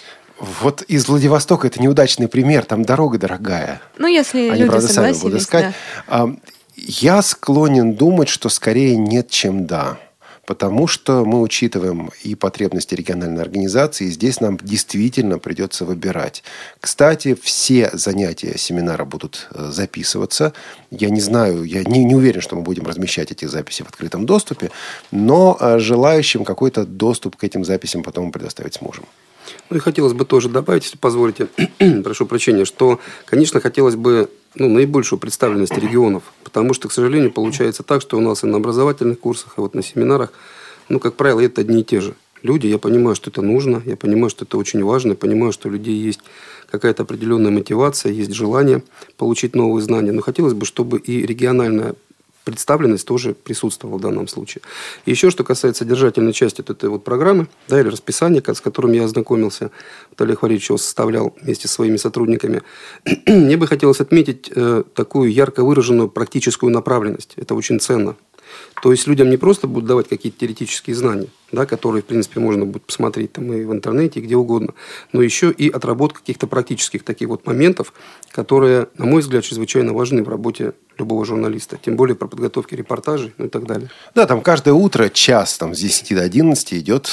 Вот из Владивостока это неудачный пример, там дорога дорогая. Если они, люди правда, сами согласились, будут искать. Да. Я склонен думать, что скорее нет, чем да. Потому что мы учитываем и потребности региональной организации, и здесь нам действительно придется выбирать. Кстати, все занятия семинара будут записываться. Я не знаю, я не уверен, что мы будем размещать эти записи в открытом доступе, но желающим какой-то доступ к этим записям потом мы предоставить сможем. И хотелось бы тоже добавить, если позволите, прошу прощения, что, конечно, хотелось бы наибольшую представленность регионов, потому что, к сожалению, получается так, что у нас и на образовательных курсах, и вот на семинарах, как правило, это одни и те же люди. Я понимаю, что это нужно, я понимаю, что это очень важно, я понимаю, что у людей есть какая-то определенная мотивация, есть желание получить новые знания, но хотелось бы, чтобы и региональная представленность тоже присутствовала в данном случае. И еще, что касается содержательной части этой вот программы, или расписания, с которым я ознакомился, Олег Валерьевич его составлял вместе со своими сотрудниками, мне бы хотелось отметить такую ярко выраженную практическую направленность. Это очень ценно. То есть людям не просто будут давать какие-то теоретические знания, которые, в принципе, можно будет посмотреть там и в интернете, и где угодно, но еще и отработка каких-то практических таких вот моментов, которые, на мой взгляд, чрезвычайно важны в работе любого журналиста, тем более про подготовки репортажей, и так далее. Да, там каждое утро час с 10 до 11 идет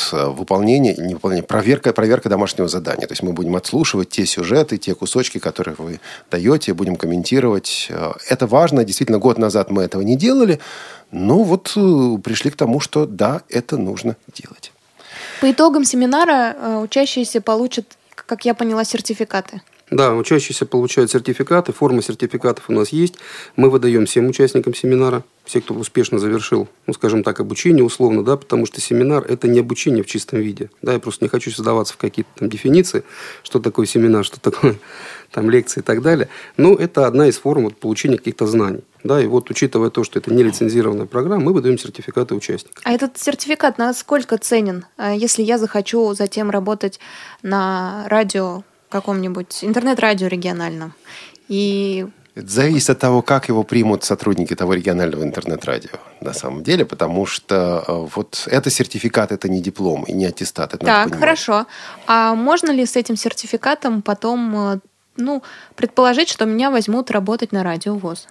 проверка домашнего задания. То есть мы будем отслушивать те сюжеты, те кусочки, которые вы даете, будем комментировать. Это важно. Действительно, год назад мы этого не делали. Но пришли к тому, что да, это нужно делать. По итогам семинара учащиеся получат, как я поняла, сертификаты. Да, учащиеся получают сертификаты, форма сертификатов у нас есть. Мы выдаем всем участникам семинара, все, кто успешно завершил, скажем так, обучение условно, потому что семинар – это не обучение в чистом виде. Я просто не хочу создаваться в какие-то там дефиниции, что такое семинар, что такое там лекции и так далее. Но это одна из форм получения каких-то знаний. И учитывая то, что это не лицензированная программа, мы выдаем сертификаты участникам. А этот сертификат насколько ценен, если я захочу затем работать на радио, каком-нибудь интернет-радио региональном? И это зависит от того, как его примут сотрудники того регионального интернет-радио, на самом деле, потому что это сертификат, это не диплом и не аттестат. Это так, хорошо. А можно ли с этим сертификатом потом предположить, что меня возьмут работать на Радио ВОС?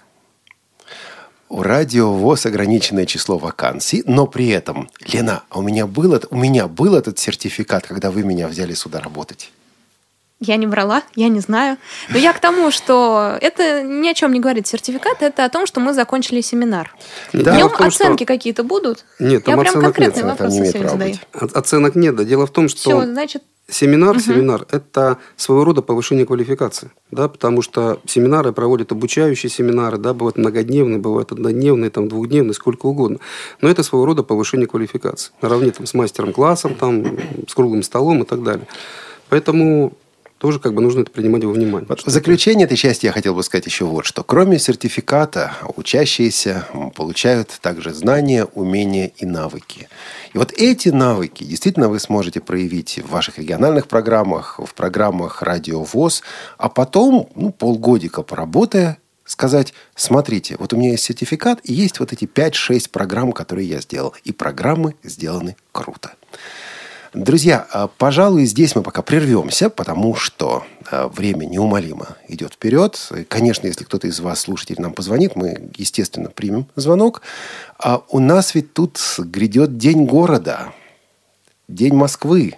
У Радио ВОС ограниченное число вакансий, но при этом, Лена, у меня был этот сертификат, когда вы меня взяли сюда работать? Я не врала, я не знаю. Но я к тому, что это ни о чем не говорит. Сертификат – это о том, что мы закончили семинар. Да, в нем оценки какие-то будут? Нет, там я прям конкретные нет, вопросы сегодня задаю. Оценок нет. Дело в том, что все, значит... семинар – это своего рода повышение квалификации. Потому что семинары проводят обучающие семинары, бывают многодневные, бывают однодневные, двухдневные, сколько угодно. Но это своего рода повышение квалификации. Наравне с мастером-классом, с круглым столом и так далее. Поэтому... тоже как бы нужно это принимать во внимание. Вот в заключение этой части я хотел бы сказать еще вот что. Кроме сертификата, учащиеся получают также знания, умения и навыки. И вот эти навыки действительно вы сможете проявить в ваших региональных программах, в программах Радио ВОС, а потом, полгодика поработая, сказать: смотрите, вот у меня есть сертификат, и есть вот эти 5-6 программ, которые я сделал. И программы сделаны круто. Друзья, пожалуй, здесь мы пока прервемся, потому что время неумолимо идет вперед. Конечно, если кто-то из вас, слушателей, нам позвонит, мы, естественно, примем звонок. А у нас ведь тут грядет День города, День Москвы.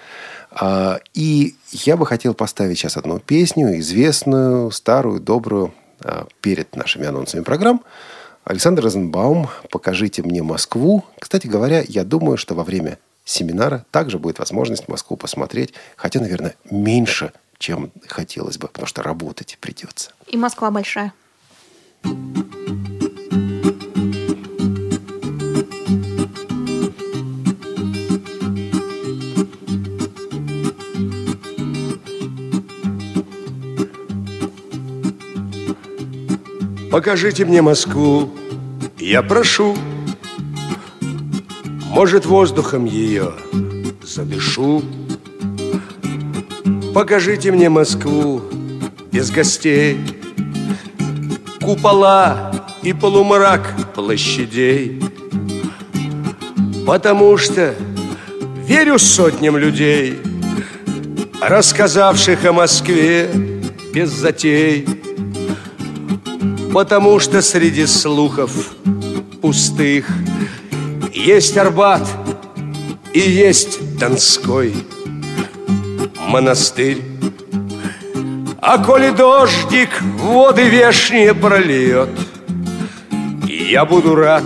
И я бы хотел поставить сейчас одну песню, известную, старую, добрую, перед нашими анонсами программ. Александр Розенбаум «Покажите мне Москву». Кстати говоря, я думаю, что во время семинара также будет возможность Москву посмотреть, хотя, наверное, меньше, чем хотелось бы, потому что работать придется. И Москва большая. Покажите мне Москву, я прошу. Может, воздухом ее задышу. Покажите мне Москву без гостей, купола и полумрак площадей. Потому что верю сотням людей, рассказавших о Москве без затей. Потому что среди слухов пустых есть Арбат и есть Донской монастырь. А коли дождик воды вешние прольет, я буду рад,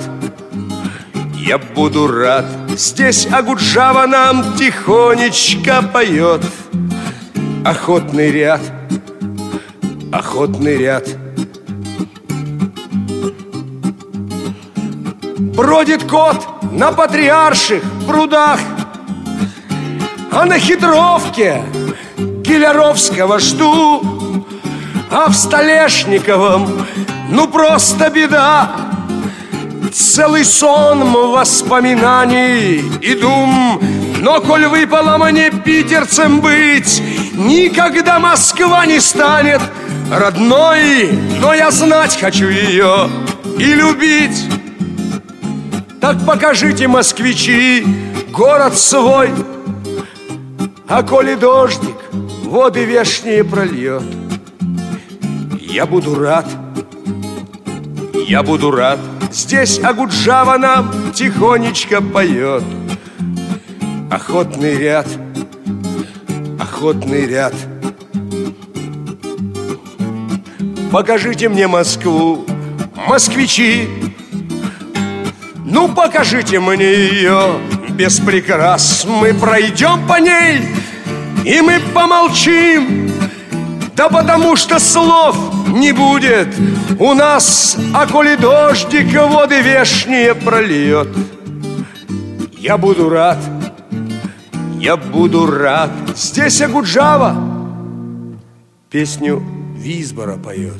здесь Агуджава нам тихонечко поет. Охотный ряд, охотный ряд. Бродит кот на Патриарших прудах, а на Хитровке Киляровского жду, а в Столешниковом просто беда. Целый сон воспоминаний и дум. Но коль выпало мне питерцем быть, никогда Москва не станет родной. Но я знать хочу ее и любить. Так покажите, москвичи, город свой. А коли дождик воды вешние прольет, я буду рад, здесь Агуджава нам тихонечко поет. Охотный ряд, охотный ряд. Покажите мне Москву, москвичи. Покажите мне ее без прикрас. Мы пройдем по ней, и мы помолчим. Да потому что слов не будет у нас. А коли дождик воды вешние прольет, я буду рад, здесь Агуджава песню Визбора поет.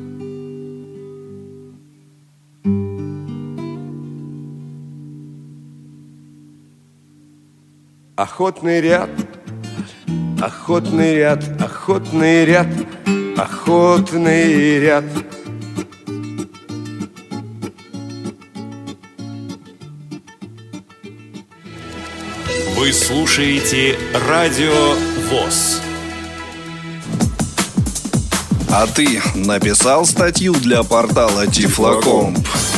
Охотный ряд, охотный ряд, охотный ряд, охотный ряд. Вы слушаете Радио ВОС. А ты написал статью для портала Тифлокомп?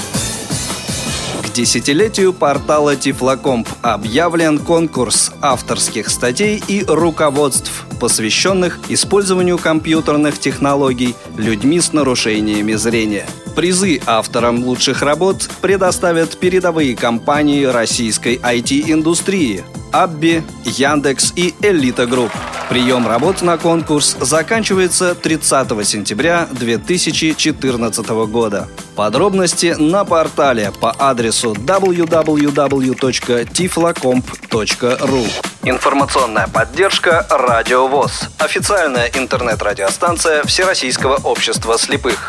К десятилетию портала Тифлокомп объявлен конкурс авторских статей и руководств, посвященных использованию компьютерных технологий людьми с нарушениями зрения. Призы авторам лучших работ предоставят передовые компании российской IT-индустрии Абби, Яндекс и Элита Групп. Прием работ на конкурс заканчивается 30 сентября 2014 года. Подробности на портале по адресу www.tiflocomp.ru. Информационная поддержка «Радио ВОС». Официальная интернет-радиостанция Всероссийского общества слепых.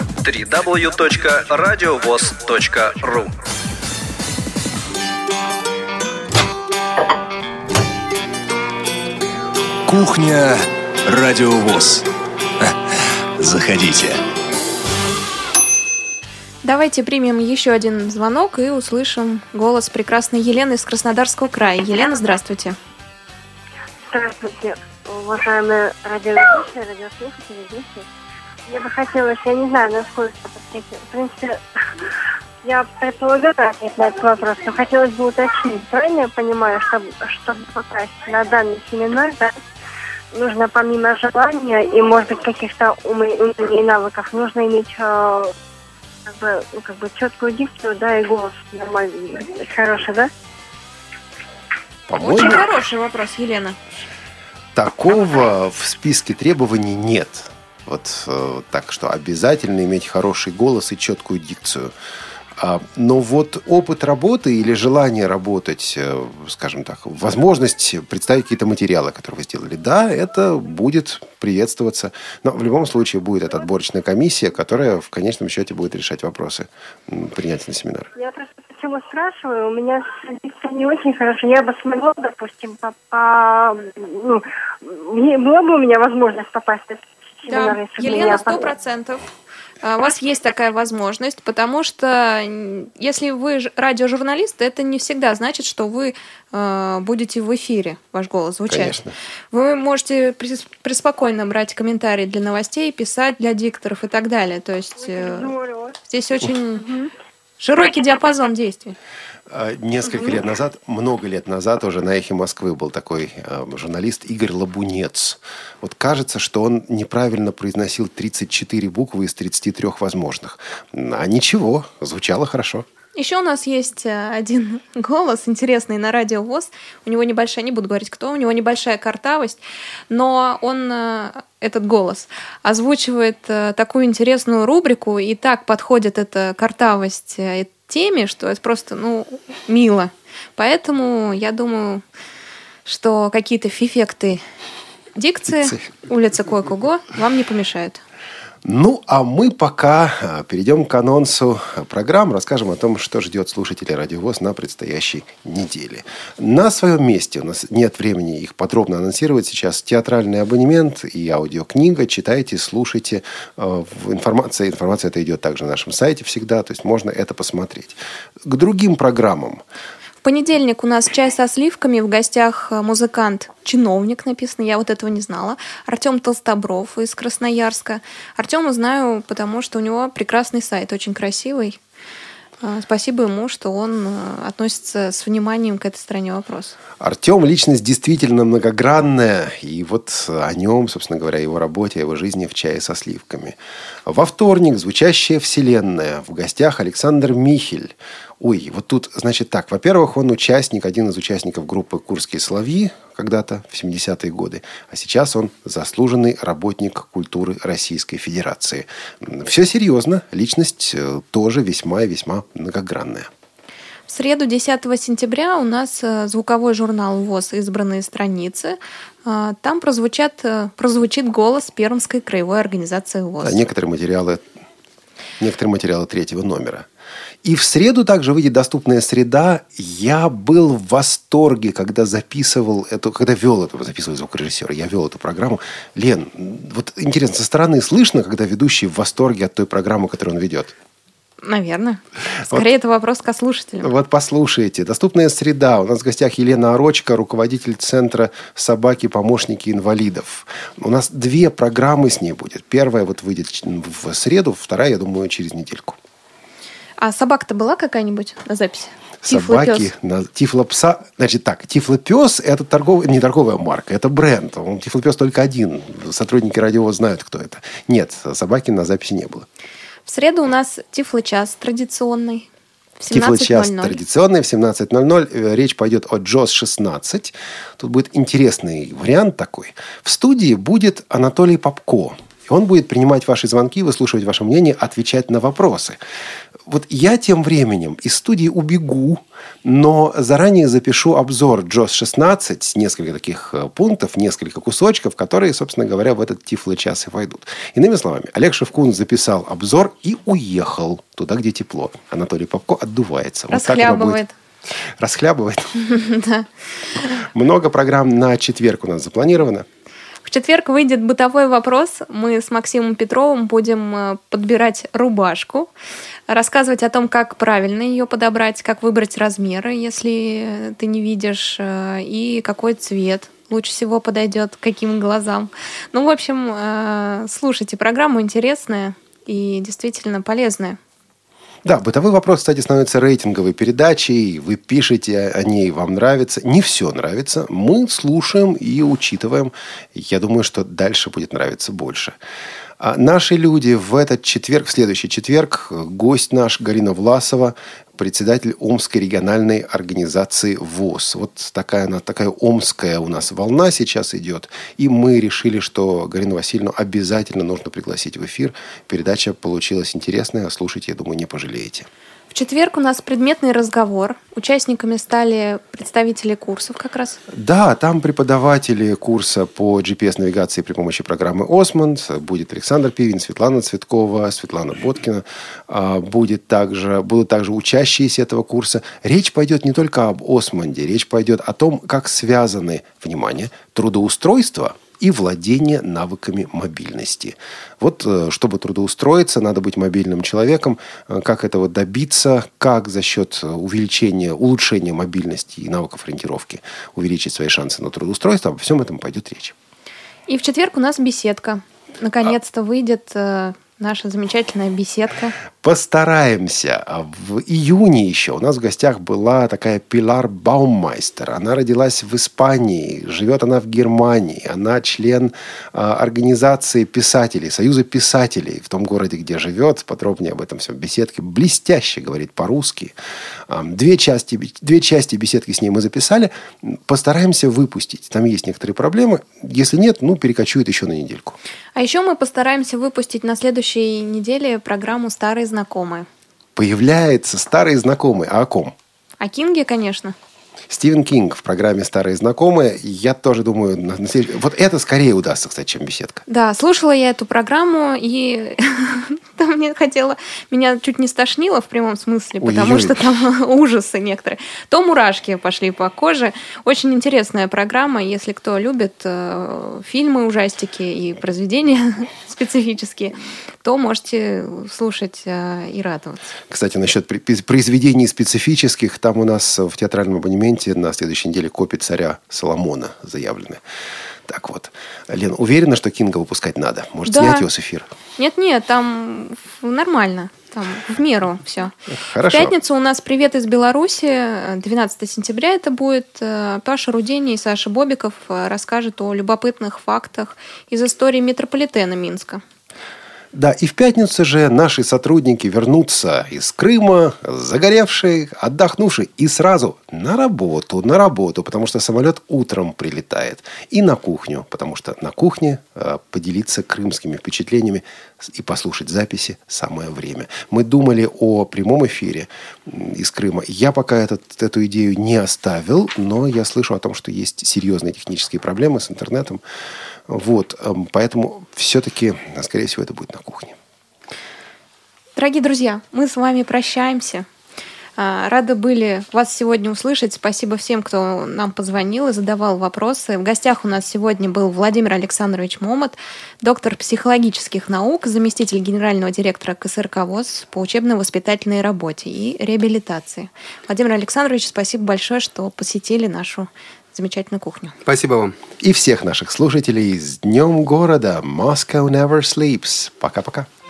www.radiovoz.ru. Кухня «Радио ВОС». Заходите. Давайте примем еще один звонок и услышим голос прекрасной Елены из Краснодарского края. Елена, здравствуйте. Здравствуйте, уважаемые радиослушатели, радиослушатели. Я бы хотела, я не знаю, насколько в принципе, я предполагаю ответ на этот вопрос, но хотелось бы уточнить. Правильно я понимаю, чтобы попасть на данный семинар, да, нужно помимо желания и, может быть, каких-то умений и навыков, нужно иметь как бы четкую дикцию, да, и голос нормальный, хороший, да? По-моему, очень хороший вопрос, Елена. Такого в списке требований нет. Вот так что обязательно иметь хороший голос и четкую дикцию. Но вот опыт работы или желание работать, скажем так, возможность представить какие-то материалы, которые вы сделали, да, это будет приветствоваться. Но в любом случае будет эта отборочная комиссия, которая в конечном счете будет решать вопросы принятия на семинар. Я просто почему спрашиваю, у меня дикция не очень хорошо. Я бы смогла, допустим, была бы у меня возможность попасть на семинар. Да, Елена, 100%. У вас есть такая возможность, потому что если вы радиожурналист, это не всегда значит, что вы будете в эфире, ваш голос звучать. Конечно. Вы можете преспокойно брать комментарии для новостей, писать для дикторов и так далее. То есть здесь очень широкий диапазон действий. Несколько лет назад, много лет назад уже на «Эхе Москвы» был такой журналист Игорь Лабунец. Вот кажется, что он неправильно произносил 34 буквы из 33 возможных. А ничего, звучало хорошо. Еще у нас есть один голос интересный на радио ВОС. У него небольшая, не буду говорить кто, у него небольшая картавость, но он, этот голос, озвучивает такую интересную рубрику, и так подходит эта картавость теме, что это просто, мило. Поэтому я думаю, что какие-то эффекты дикции, улица Койкуго вам не помешают. А мы пока перейдем к анонсу программ, расскажем о том, что ждет слушателей Радио ВОС на предстоящей неделе. На своем месте, у нас нет времени их подробно анонсировать, сейчас театральный абонемент и аудиокнига. Читайте, слушайте. Информация это идет также на нашем сайте всегда, то есть можно это посмотреть. К другим программам. В понедельник у нас «Чай со сливками», в гостях музыкант, чиновник написано, я вот этого не знала, Артем Толстобров из Красноярска. Артема знаю, потому что у него прекрасный сайт, очень красивый. Спасибо ему, что он относится с вниманием к этой стороне вопроса. Артем – личность действительно многогранная. И вот о нем, собственно говоря, его работе, о его жизни в «Чае со сливками». Во вторник «Звучащая вселенная». В гостях Александр Михель. Ой, вот тут, значит, так. Во-первых, он один из участников группы «Курские соловьи» когда-то, в 70-е годы. А сейчас он заслуженный работник культуры Российской Федерации. Все серьезно. Личность тоже весьма и весьма многогранная. В среду, 10 сентября, у нас звуковой журнал ВОС «Избранные страницы». Там прозвучит голос Пермской краевой организации ВОС. Да, некоторые материалы 3-го номера. И в среду также выйдет «Доступная среда». Я был в восторге, когда записывал записывал звукорежиссер. Я вел эту программу. Лен, вот интересно, со стороны слышно, когда ведущий в восторге от той программы, которую он ведет? Наверное. Скорее, это вопрос к слушателям. Вот послушайте. «Доступная среда». У нас в гостях Елена Орочко, руководитель центра «Собаки-помощники инвалидов». У нас 2 программы с ней будет. Первая выйдет в среду, вторая, я думаю, через недельку. А собака-то была какая-нибудь на записи? Собаки, Тифлопса. Значит так, Тифлопес – это не торговая марка, это бренд. Тифлопес только один. Сотрудники радио знают, кто это. Нет, собаки на записи не было. В среду у нас Тифлочас традиционный. В 17:00. Тифлочас традиционный в 17:00. Речь пойдет о JAWS 16. Тут будет интересный вариант такой. В студии будет Анатолий Попко. И он будет принимать ваши звонки, выслушивать ваше мнение, отвечать на вопросы. Вот я тем временем из студии убегу, но заранее запишу обзор JAWS 16, несколько таких пунктов, несколько кусочков, которые, собственно говоря, в этот тифло-час и войдут. Иными словами, Олег Шевкун записал обзор и уехал туда, где тепло. Анатолий Попко отдувается. Расхлябывает. Расхлябывает? Да. Много программ на четверг у нас запланировано. В четверг выйдет бытовой вопрос. Мы с Максимом Петровым будем подбирать рубашку, рассказывать о том, как правильно ее подобрать, как выбрать размеры, если ты не видишь, и какой цвет лучше всего подойдет каким глазам. Ну, в общем, слушайте программу, интересная и действительно полезная. Да, бытовой вопрос, кстати, становится рейтинговой передачей. Вы пишете о ней, вам нравится. Не все нравится. Мы слушаем и учитываем. Я думаю, что дальше будет нравиться больше. А наши люди в этот четверг, в следующий четверг, гость наш Галина Власова, председатель Омской региональной организации ВОС. Вот такая омская у нас волна сейчас идет. И мы решили, что Галину Васильевну обязательно нужно пригласить в эфир. Передача получилась интересная. Слушайте, я думаю, не пожалеете. В четверг у нас предметный разговор. Участниками стали представители курсов как раз. Да, там преподаватели курса по GPS-навигации при помощи программы «Осмонд». Будет Александр Пивин, Светлана Цветкова, Светлана Боткина. Будут также учащиеся этого курса. Речь пойдет не только об «Осмонде». Речь пойдет о том, как связаны, внимание, трудоустройство и владение навыками мобильности. Вот, чтобы трудоустроиться, надо быть мобильным человеком. Как этого добиться, как за счет улучшения мобильности и навыков ориентировки увеличить свои шансы на трудоустройство, обо всем этом пойдет речь. И в четверг у нас беседка. Наконец-то выйдет наша замечательная беседка. Постараемся. В июне еще у нас в гостях была такая Пилар Бауммайстер. Она родилась в Испании, живет она в Германии. Она член организации писателей, Союза писателей в том городе, где живет. Подробнее об этом всем в беседке. Блестяще говорит по-русски. Две части беседки с ней мы записали. Постараемся выпустить. Там есть некоторые проблемы. Если нет, перекочует еще на недельку. А еще мы постараемся выпустить на следующей неделе программу «Старые знакомые». Появляется «Старые знакомые». А о ком? О Кинге, конечно. Стивен Кинг в программе «Старые знакомые». Я тоже думаю, вот это скорее удастся, кстати, чем беседка. Да, слушала я эту программу, и там меня чуть не стошнило в прямом смысле, потому что там ужасы некоторые. То мурашки пошли по коже. Очень интересная программа. Если кто любит фильмы, ужастики и произведения специфические, то можете слушать и радоваться. Кстати, насчет произведений специфических, там у нас в театральном абонементе на следующей неделе «Копии царя Соломона» заявлены. Так вот. Лен, уверена, что Кинга выпускать надо? Может, снять его с эфира? Нет, там нормально. Там в меру все. Хорошо. В пятницу у нас «Привет из Беларуси». 12 сентября это будет. Паша Рудени и Саша Бобиков расскажут о любопытных фактах из истории метрополитена Минска. Да, и в пятницу же наши сотрудники вернутся из Крыма, загоревшие, отдохнувшие, и сразу на работу, потому что самолет утром прилетает. И на кухню, потому что на кухне поделиться крымскими впечатлениями и послушать записи самое время. Мы думали о прямом эфире из Крыма. Я пока эту идею не оставил, но я слышу о том, что есть серьезные технические проблемы с интернетом. Вот, поэтому все-таки, скорее всего, это будет на кухне. Дорогие друзья, мы с вами прощаемся. Рады были вас сегодня услышать. Спасибо всем, кто нам позвонил и задавал вопросы. В гостях у нас сегодня был Владимир Александрович Момот, доктор психологических наук, заместитель генерального директора КСРК ВОС по учебно-воспитательной работе и реабилитации. Владимир Александрович, спасибо большое, что посетили нашу замечательную кухню. Спасибо вам. И всех наших слушателей с Днем города. Moscow never sleeps. Пока-пока.